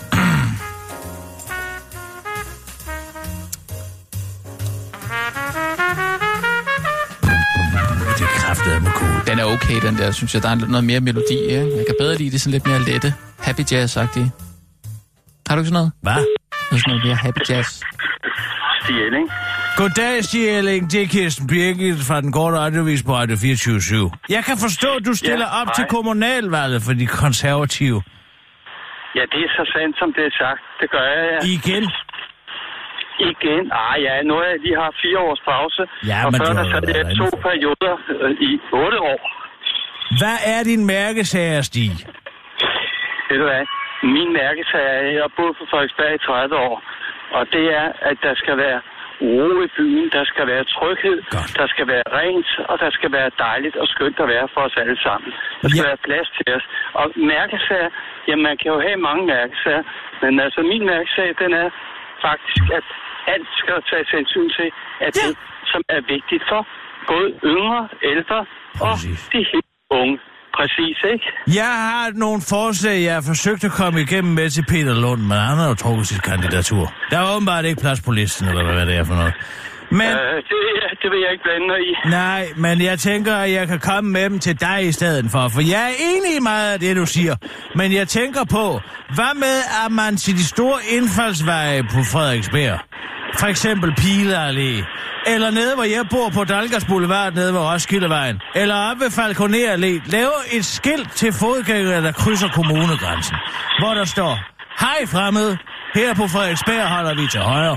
Den er okay, den der, synes jeg. Der er noget mere melodi, ikke? Jeg kan bedre lide det sådan lidt mere lette. Happy jazz-agtigt. Har du ikke sådan noget? Hvad? Sådan noget mere happy jazz. Stig Elling. Goddag, Stig Elling. Det er Kirsten Birgit fra den korte radiovis på Radio 24/7. Jeg kan forstå, at du stiller op til kommunalvalget for de konservative. Ja, det er så sandt, som det er sagt. Det gør jeg, ja. Igen? Ja, nu har jeg lige haft 4 års pause. Ja, og men før du har der satte jeg 2 perioder i 8 år. Hvad er din mærkesager, Stig? Ved du hvad? Min mærkesager er, jeg har boet på Frederiksberg i 30 år. Og det er, at der skal være ro i byen, der skal være tryghed, godt. Der skal være rent, og der skal være dejligt og skønt at være for os alle sammen. Der skal være plads til os. Og mærkesager, jamen man kan jo have mange mærkesager, men altså min mærkesag, den er faktisk, at alt skal tages hensyn til, at det, som er vigtigt for både yngre, ældre og de helt unge. Præcis, ikke? Jeg har nogle forslag, jeg har forsøgt at komme igennem med til Peter Lund, men han har jo trukket sit kandidatur. Der er åbenbart ikke plads på listen, eller hvad det er for noget. Men, det vil jeg ikke blande mig i. Nej, men jeg tænker, at jeg kan komme med dem til dig i stedet for jeg er enig i meget af det, du siger. Men jeg tænker på, hvad med, at man til de store indfaldsveje på Frederiksberg, for eksempel Pile Allé, eller nede, hvor jeg bor på Dalgas Boulevard, nede ved Roskildevejen, eller op ved Falconer Allé, laver et skilt til fodgængere, der krydser kommunegrænsen, hvor der står, hej fremmede, her på Frederiksberg holder vi til højre.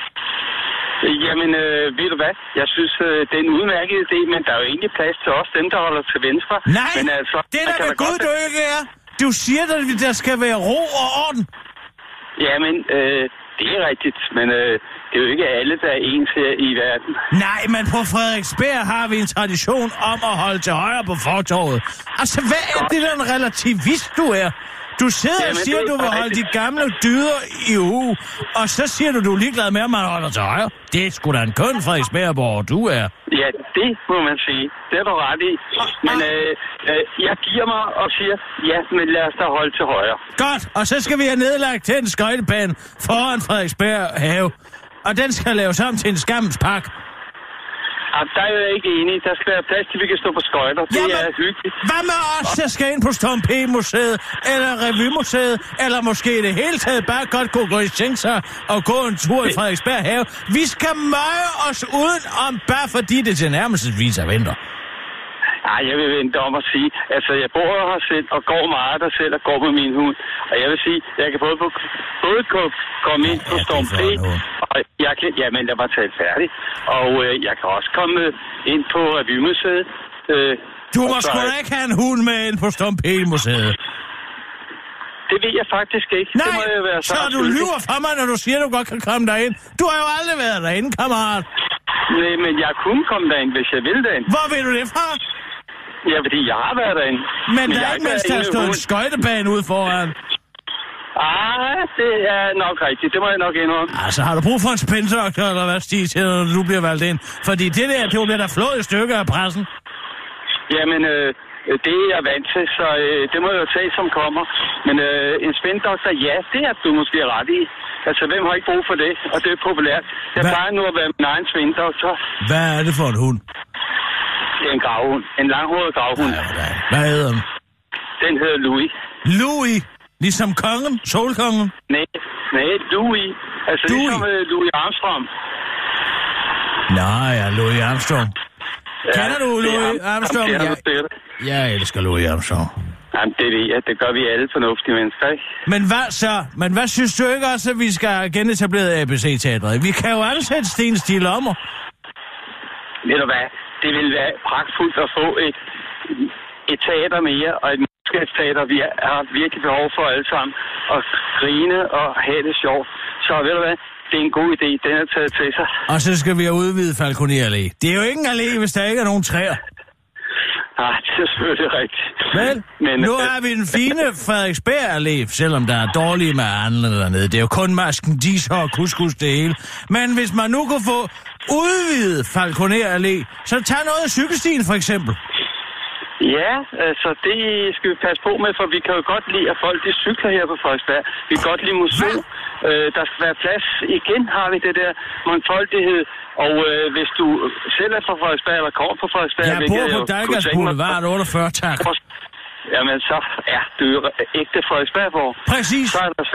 Jamen, ved du hvad? Jeg synes, det er en udmærket idé, men der er jo egentlig plads til os, dem der holder til venstre. Nej, men altså, det er da ved Gud, du ikke er. Du siger, at der skal være ro og orden. Jamen, det er rigtigt, men det er jo ikke alle, der er ens her i verden. Nej, men på Frederiksberg har vi en tradition om at holde til højre på fortorvet. Altså, hvad er det, der en relativist, du er? Du sidder og siger, at du vil holde de gamle dyder i uge, og så siger du er ligeglad med, at man holder til højre. Det er sgu da en køn, Frederiksberg, du er. Ja, det må man sige. Det er du ret i. Men jeg giver mig og siger, ja, men lad os da holde til højre. Godt, og så skal vi have nedlagt til en skøjtebane foran Frederiksberg have. Og den skal laves om til en skammens park. Der er jeg ikke enig. Der skal være plads til, vi kan stå på skøjter. Det er hyggeligt. Hvad med os, der skal ind på Storm P-museet, eller Revymuseet, eller måske det hele taget bare godt kunne gå i seng sig og gå en tur i Frederiksberg have? Vi skal møge os uden om, bare fordi det til nærmestvis er vinter. Nej, jeg vil vente om at sige, altså jeg bor her selv og går meget der selv og går med min hund. Og jeg vil sige, jeg kan både komme ind på Storm P, og jeg kan, jamen lad mig tale færdigt. Og jeg kan også komme ind på Revymuseet. Du må sgu da ikke have en hund med ind på Storm P-museet. Det ved jeg faktisk ikke. Nej, det må jeg være så du lyver for mig, når du siger, at du godt kan komme derind. Du har jo aldrig været derinde, kammerat. Nej, men jeg kunne komme derind, hvis jeg ville derind. Hvor ved du det fra? Ja, fordi jeg har været derinde. Men der er ikke mindst, der stod en skøjtebane ude foran. Det er nok rigtigt. Det må jeg nok indrømme. Altså, har du brug for en spændoktor, eller hvad, Stig, til, når du bliver valgt ind? Fordi det bliver der flået i stykker af pressen. Jamen, det er jeg vant til, så det må jeg jo tage, som kommer. Men en spændoktor, ja, det er du måske ret i. Altså, hvem har ikke brug for det? Og det er populært. Jeg plejer nu at være min egen spændoktor. Hvad er det for en hund? Det er en gravhund. En langhåret gravhund. Hvad hedder den? Den hedder Louis. Louis? Ligesom kongen? Solkongen? Nej, Louis. Altså Louis. Ligesom Louis Armstrong. Nej, ja, Louis Armstrong. Ja, kender du Louis Armstrong? Jeg elsker Louis Armstrong. Jamen, det ved jeg. Det gør vi alle fornuftige mennesker, ikke? Men hvad så? Men hvad synes du ikke også, at vi skal genetablere ABC-teatret? Vi kan jo ansætte Sten Stig Lommer. Ved du hvad? Det vil være pragtfuldt at få et teater mere, og et teater, vi har virkelig behov for alle sammen, at grine og have det sjovt. Så ved du hvad? Det er en god idé. Den er taget til sig. Og så skal vi have udvidet Falconer Allé. Det er jo ikke en allé, hvis der ikke er nogen træer. Nej, det er selvfølgelig rigtigt. Men nu har vi den fine Frederiksberg Allé, selvom der er dårlige med andre dernede. Det er jo kun masken, dis og couscous det hele. Men hvis man nu kunne få udvidet Falconer Allé, så tag noget af cykelstien for eksempel. Ja, altså det skal vi passe på med, for vi kan jo godt lide, at folk de cykler her på Frederiksberg. Vi kan godt lide motion. Der skal være plads. Igen har vi det der mangfoldighed. Og hvis du selv er fra Frederiksberg, eller kommer fra Frederiksberg... Jeg bor på Dalgas Boulevard 48, tak. Jamen så er du jo ægte Frederiksbergborg. Præcis. Så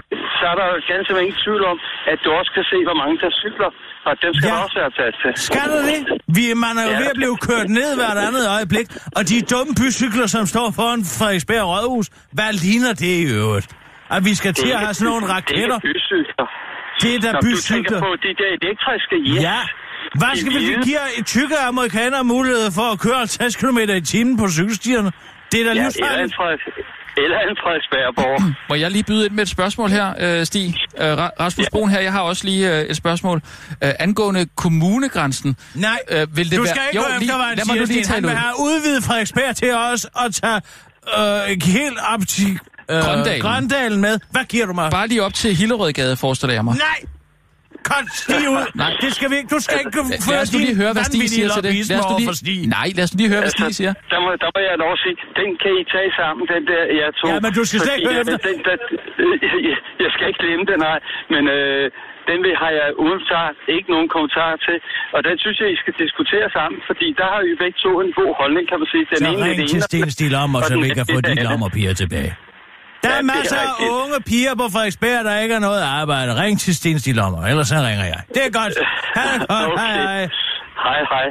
så er der jo ganske ingen tvivl om, at du også kan se, hvor mange der cykler, og dem skal der også være plads til. Skal du det? Man er jo ved at blive kørt ned hvert andet øjeblik, og de dumme bycykler, som står foran Frederiksberg Rådhus, hvad ligner det i øvrigt? At vi skal til at have sådan nogle raketter? Det er bycykler. Det er da bycykler. Du tænker på de der elektriske, Ja. Hvad skal vi give tykke amerikanere mulighed for at køre 50 km i timen på cykelstierne? Det er da livsfarligt. Eller en Frederiksbergborg. Må jeg lige byde ind med et spørgsmål her, Stig? Rasmus Broen her, jeg har også lige et spørgsmål. Angående kommunegrænsen. Nej, vil det du skal ikke gå efter, hvad han siger, Han vil have udvidet Frederiksberg til os og tage helt op til Grøndalen med. Hvad giver du mig? Bare lige op til Hillerødgade, forestiller jeg mig. Nej! Kom, Stig ud! Nej, det skal vi ikke. Du skal ikke lad os nu lige høre, hvad Stig siger til det. Lad os nu lige høre, hvad Stig siger. Der må jeg lov at sige, den kan I tage sammen, den der, jeg tog. Ja, men du skal slet ikke høre efter. Jeg skal ikke glemme det, nej. Men den har jeg uden ikke nogen kommentar til. Og den synes jeg, I skal diskutere sammen, fordi der har I begge to en god holdning, kan man sige. Den så ring til Sten Stig Lommer, så vi kan få de lommerpiger tilbage. Der er masser af unge piger på Frederiksberg, der ikke har noget arbejde. Ring til Sten Stig Lommer, ellers så ringer jeg. Det er godt. Okay. Hej. Hej.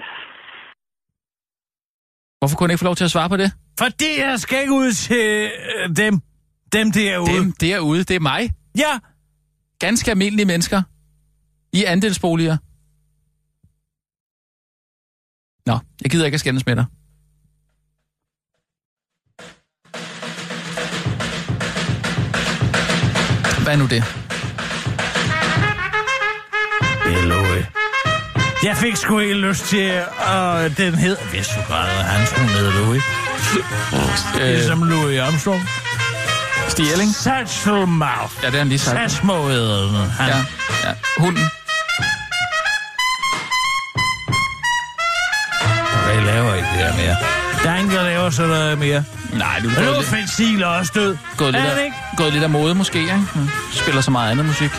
Hvorfor kunne jeg ikke få lov til at svare på det? Fordi jeg skal ikke ud til dem. Dem derude. Dem derude, det er mig. Ja. Ganske almindelige mennesker. I andelsboliger. Nå, jeg gider ikke at skændes med dig. Hvad er nu det? Det er Louis. Jeg fik sgu ikke lyst til, den hed... Hvis du godt, han skulle hedde Louis. Ligesom Louis Armstrong. Stig Elling? Satchel Mouth. Ja, det er han lige sagt. Satchmo hedder han. Ja, hunden. Jeg laver ikke det her mere. Der er ingen, der laver sådan noget mere. Nej, du er lidt... Fensil er også død. Gået lidt af mode måske, ikke? Spiller så meget andet musik.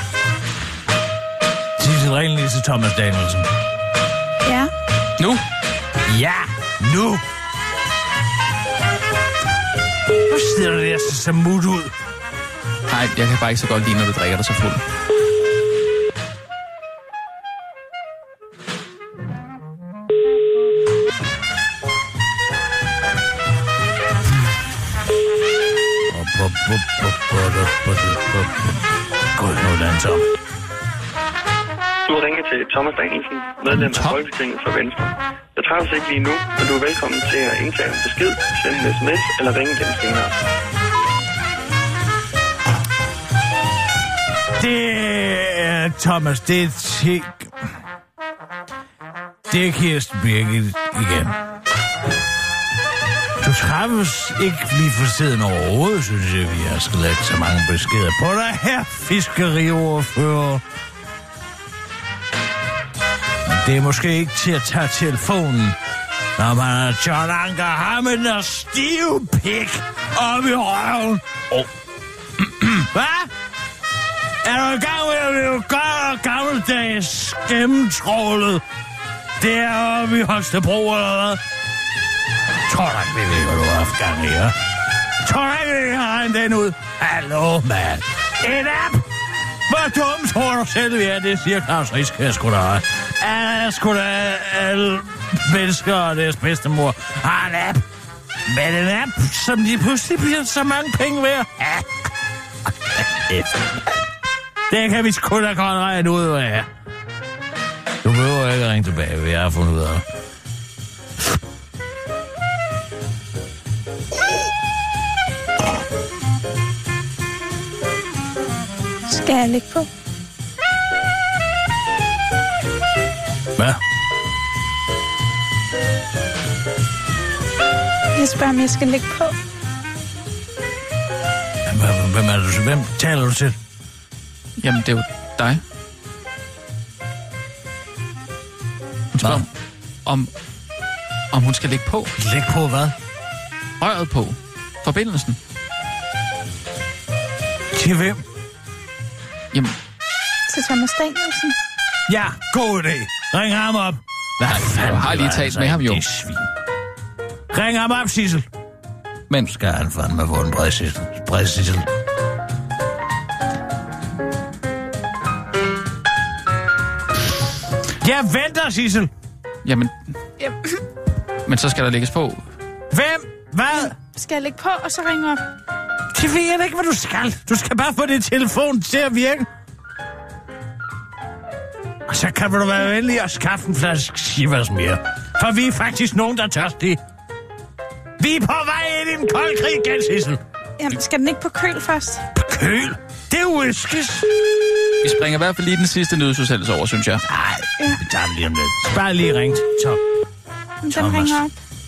Sissel Ren lige til Thomas Danielsen. Ja. Nu? Ja, nu! Hvor sidder du der så mut ud? Nej, jeg kan bare ikke så godt lide, når du drikker dig så fuld. Gud, nu er den tom. Du har ringet til Thomas Danielsen, medlem af Folketinget for Venstre. Jeg træffes ikke lige nu, men du er velkommen til at indtage en besked, sende en sms eller ringe dem senere. Det er Thomas, det er det er Kirsten Birgit igen. Du træffes ikke lige for tiden overhovedet, synes jeg, vi har skrevet så mange beskeder på dig her, fiskeriordfører. Men det er måske ikke til at tage telefonen, når man har John Anker Hammen og stiv pik op i røven. Hvad? Er du i gang med at blive godt og gammeldags gennemtrålet? Det er oppe i Holstebro, eller hvad? Tror du ikke, vi ved, hvad du har haft gang i, ja? Tror du ikke, vi har regnet den ud? Hallo, mand. En app! Hvor dumt tror du selv, vi er? Det siger Claus Riske, jeg skulle da have. Jeg skulle da alle mennesker og deres bedstemor har en app. Men en app, som lige pludselig bliver så mange penge værd. Det kan vi sgu da godt regne ud af. Du behøver ikke at ringe tilbage, vi har fundet ud af det. Skal jeg lægge på? Hvad? Jeg spørger, om jeg skal lægge på. Hvem er du? Hvem taler du til? Jamen, det er jo dig. Hun spørger, om hun skal lægge på. Lægge på hvad? Røret på. Forbindelsen. Til hvem? Jamen. Til Thomas Danielsen. Ja, god idé. Ring ham op. Hvad fanden? Jeg har lige talt med ham, jo. Ring ham op, Sissel. Men skal han fandme få en bred Sissel. Jeg venter, Sissel. Jamen... Men så skal der lægges på. Hvem? Hvad? Skal jeg lægge på, og så ringe op? Det ved jeg ikke, hvad du skal. Du skal bare få din telefon til at virke. Og så kan du være venlig at skaffe en flaske Chivas mere. For vi er faktisk nogen, der er tørstige. Vi er på vej ind i en kold krig igen, Sissel. Jamen, skal den ikke på køl først? På køl? Det er whiskys. Vi springer i hvert fald lige den sidste nyhedsudsendelse over, synes jeg. Nej, vi tager den lige om lidt. Bare lige ring til Tom. Den ringer op.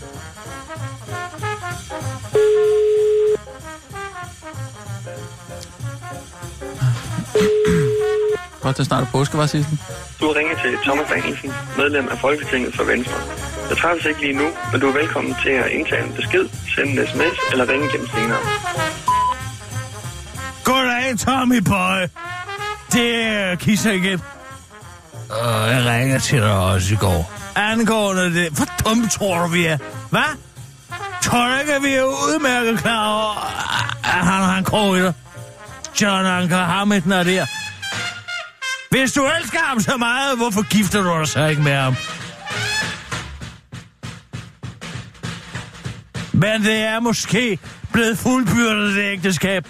Godt, det snart er påske, var Sissel. Du har ringet til Thomas Danielsen, medlem af Folketinget for Venstre. Jeg træffes ikke lige nu, men du er velkommen til at indtage en besked, sende en sms eller ringe gennem senere. Goddag, Tommy Boy. Det er Kisser igen. Jeg ringer til dig også i går. Angående det. Hvor dumme tror du, vi er? Hvad? Tror du ikke, at vi er udmærket klar over, at han har en krog i dig? John Anker Hamilton er der. Hvis du elsker ham så meget, hvorfor gifter du dig så ikke med ham? Men det er måske blevet fuldbyrdet det ægteskab.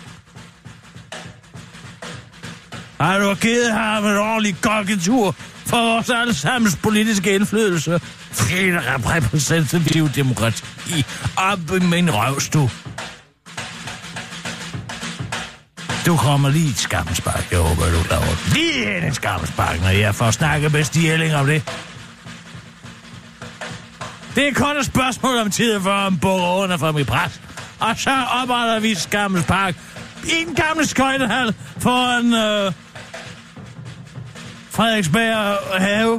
Har du givet ham en ordentlig gokketur for vores allesammens politiske indflydelse? Fint repræsentativ demokrati op i min røvstue. Du kommer lige et skammenspark, jeg håber, du laver lige en skammenspark, når jeg får snakket med Stig Elling om det. Det er kun et spørgsmål om tid, for han bukker under for mit pres. Og så opretter vi skammenspark i en gammel skøjtehal foran Frederiksberg have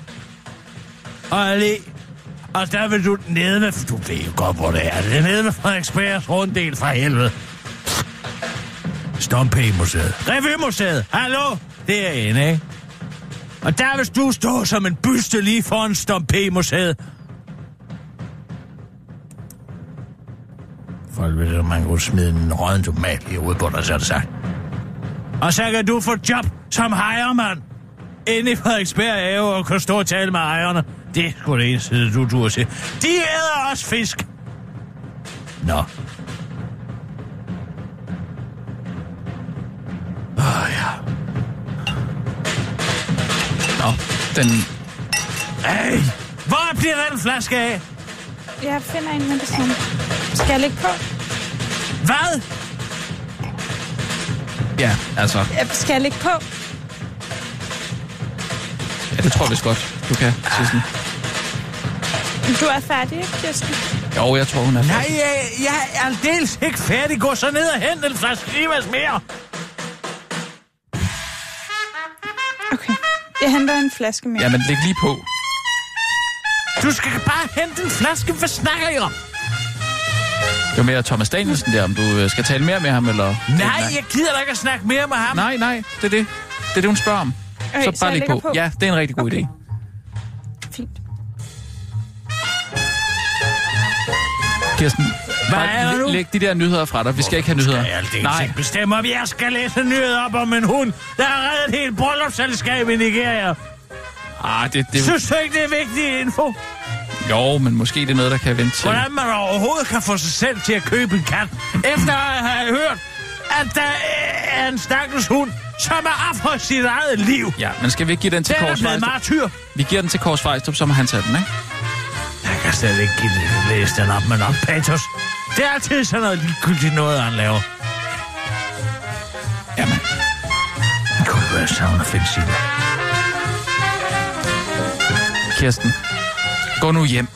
og allé. Og der vil du nede med... Du ved jo godt, hvor det er. Det er nede med Frederiksbergs runddel fra helvede. Stompe-museet. Revymuseet. Hallo? Det er inde, ikke? Og der vil du stå som en byste lige foran Stompe-museet. Folk ved, at man kunne smide en rødden tomat i hovedet på dig, så er det sagt. Og så kan du få job som hejermand inde i Frederiksberg Have og kan stå og tale med ejerne. Det er sgu det eneste, du turde se. De æder også fisk. Nå. Ja. Nå, den... Hey, hvor bliver den flaske af? Jeg finder en med det samme. Skal jeg lægge på? Hvad? Ja, altså... Skal jeg lægge på? Ja, det tror jeg vist godt, du kan, Sissel. Du er færdig, ikke, Kirsten? Jo, jeg tror, hun er færdig. Nej, jeg er aldeles ikke færdig. Gå så ned og hent en flaske Rivas mere. Okay, jeg henter en flaske mere. Ja, men læg lige på. Du skal bare hente en flaske. Hvad snakker I om? Det var mere Thomas Danielsen der, om du skal tale mere med ham, eller... Nej, jeg gider da ikke at snakke mere med ham. Nej, det er det. Det er det, hun spørger om. Okay, så bare læg på. Ja, det er en rigtig god idé. Fint. Kirsten, hvad er du? Læg de der nyheder fra dig. Vi skal ikke have nyheder. Jeg bestemmer, at jeg skal læse nyheder op om en hund, der har reddet et helt bryllupsselskab i Nigeria. Det... Synes du ikke, det er vigtig info? Jo, men måske det er noget, der kan vente til. Hvordan man overhovedet kan få sig selv til at købe en kat, efter at have hørt, at der er en stakkels hund, som er afholdt sit eget liv. Ja, men skal vi ikke give den til Kors Fejstrup? Vi giver den til Kors Fejstrup, som han tager den, ikke? Jeg kan slet ikke læse den op med nok patos. Det er altid sådan noget ligegyldigt noget, han laver. Jamen, det kunne være savn at finde sig. Kirsten, gå nu hjem.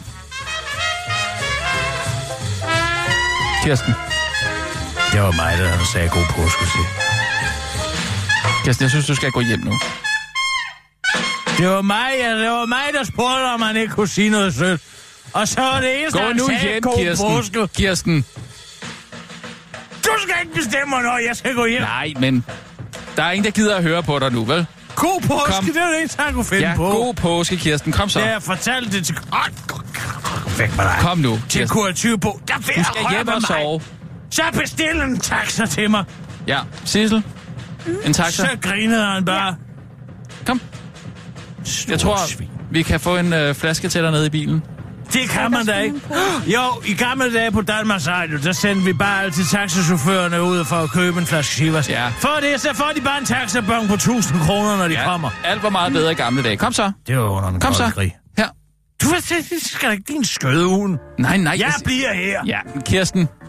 Kirsten. Det var mig, der sagde god påske. Kirsten, jeg synes, du skal gå hjem nu. Det var mig, der spurgte, om man ikke kunne sige noget sødt. Og så var det eneste, han sagde, hjem, god Kirsten. Påske. Kirsten. Du skal ikke bestemme, når jeg skal gå hjem. Nej, men der er ingen, der gider at høre på dig nu, vel? God påske, det er det eneste, han kunne finde på. Ja, god påske, Kirsten. Kom så. Jeg fortalte det til... Væk med dig. Kom nu, til Q20 på. Du skal hjem og sove. Så bestil en taxa til mig. Ja, Sissel. En taxa. Så grinede han bare. Ja. Kom. Jeg tror, vi kan få en flaske til dig nede i bilen. Det kan man da ikke. Jo, i gamle dage på Danmarks Radio, der sendte vi bare altid taxachaufførerne ud for at købe en flaske Chivas. Ja. For det, så får de bare en taxabon på 1000 kroner, når de kommer. Alt var meget bedre i gamle dage. Kom så. Det var under den kolde krig. Her. Du skal da ikke din skødeugen. Nej. Jeg bliver her. Ja, Kirsten.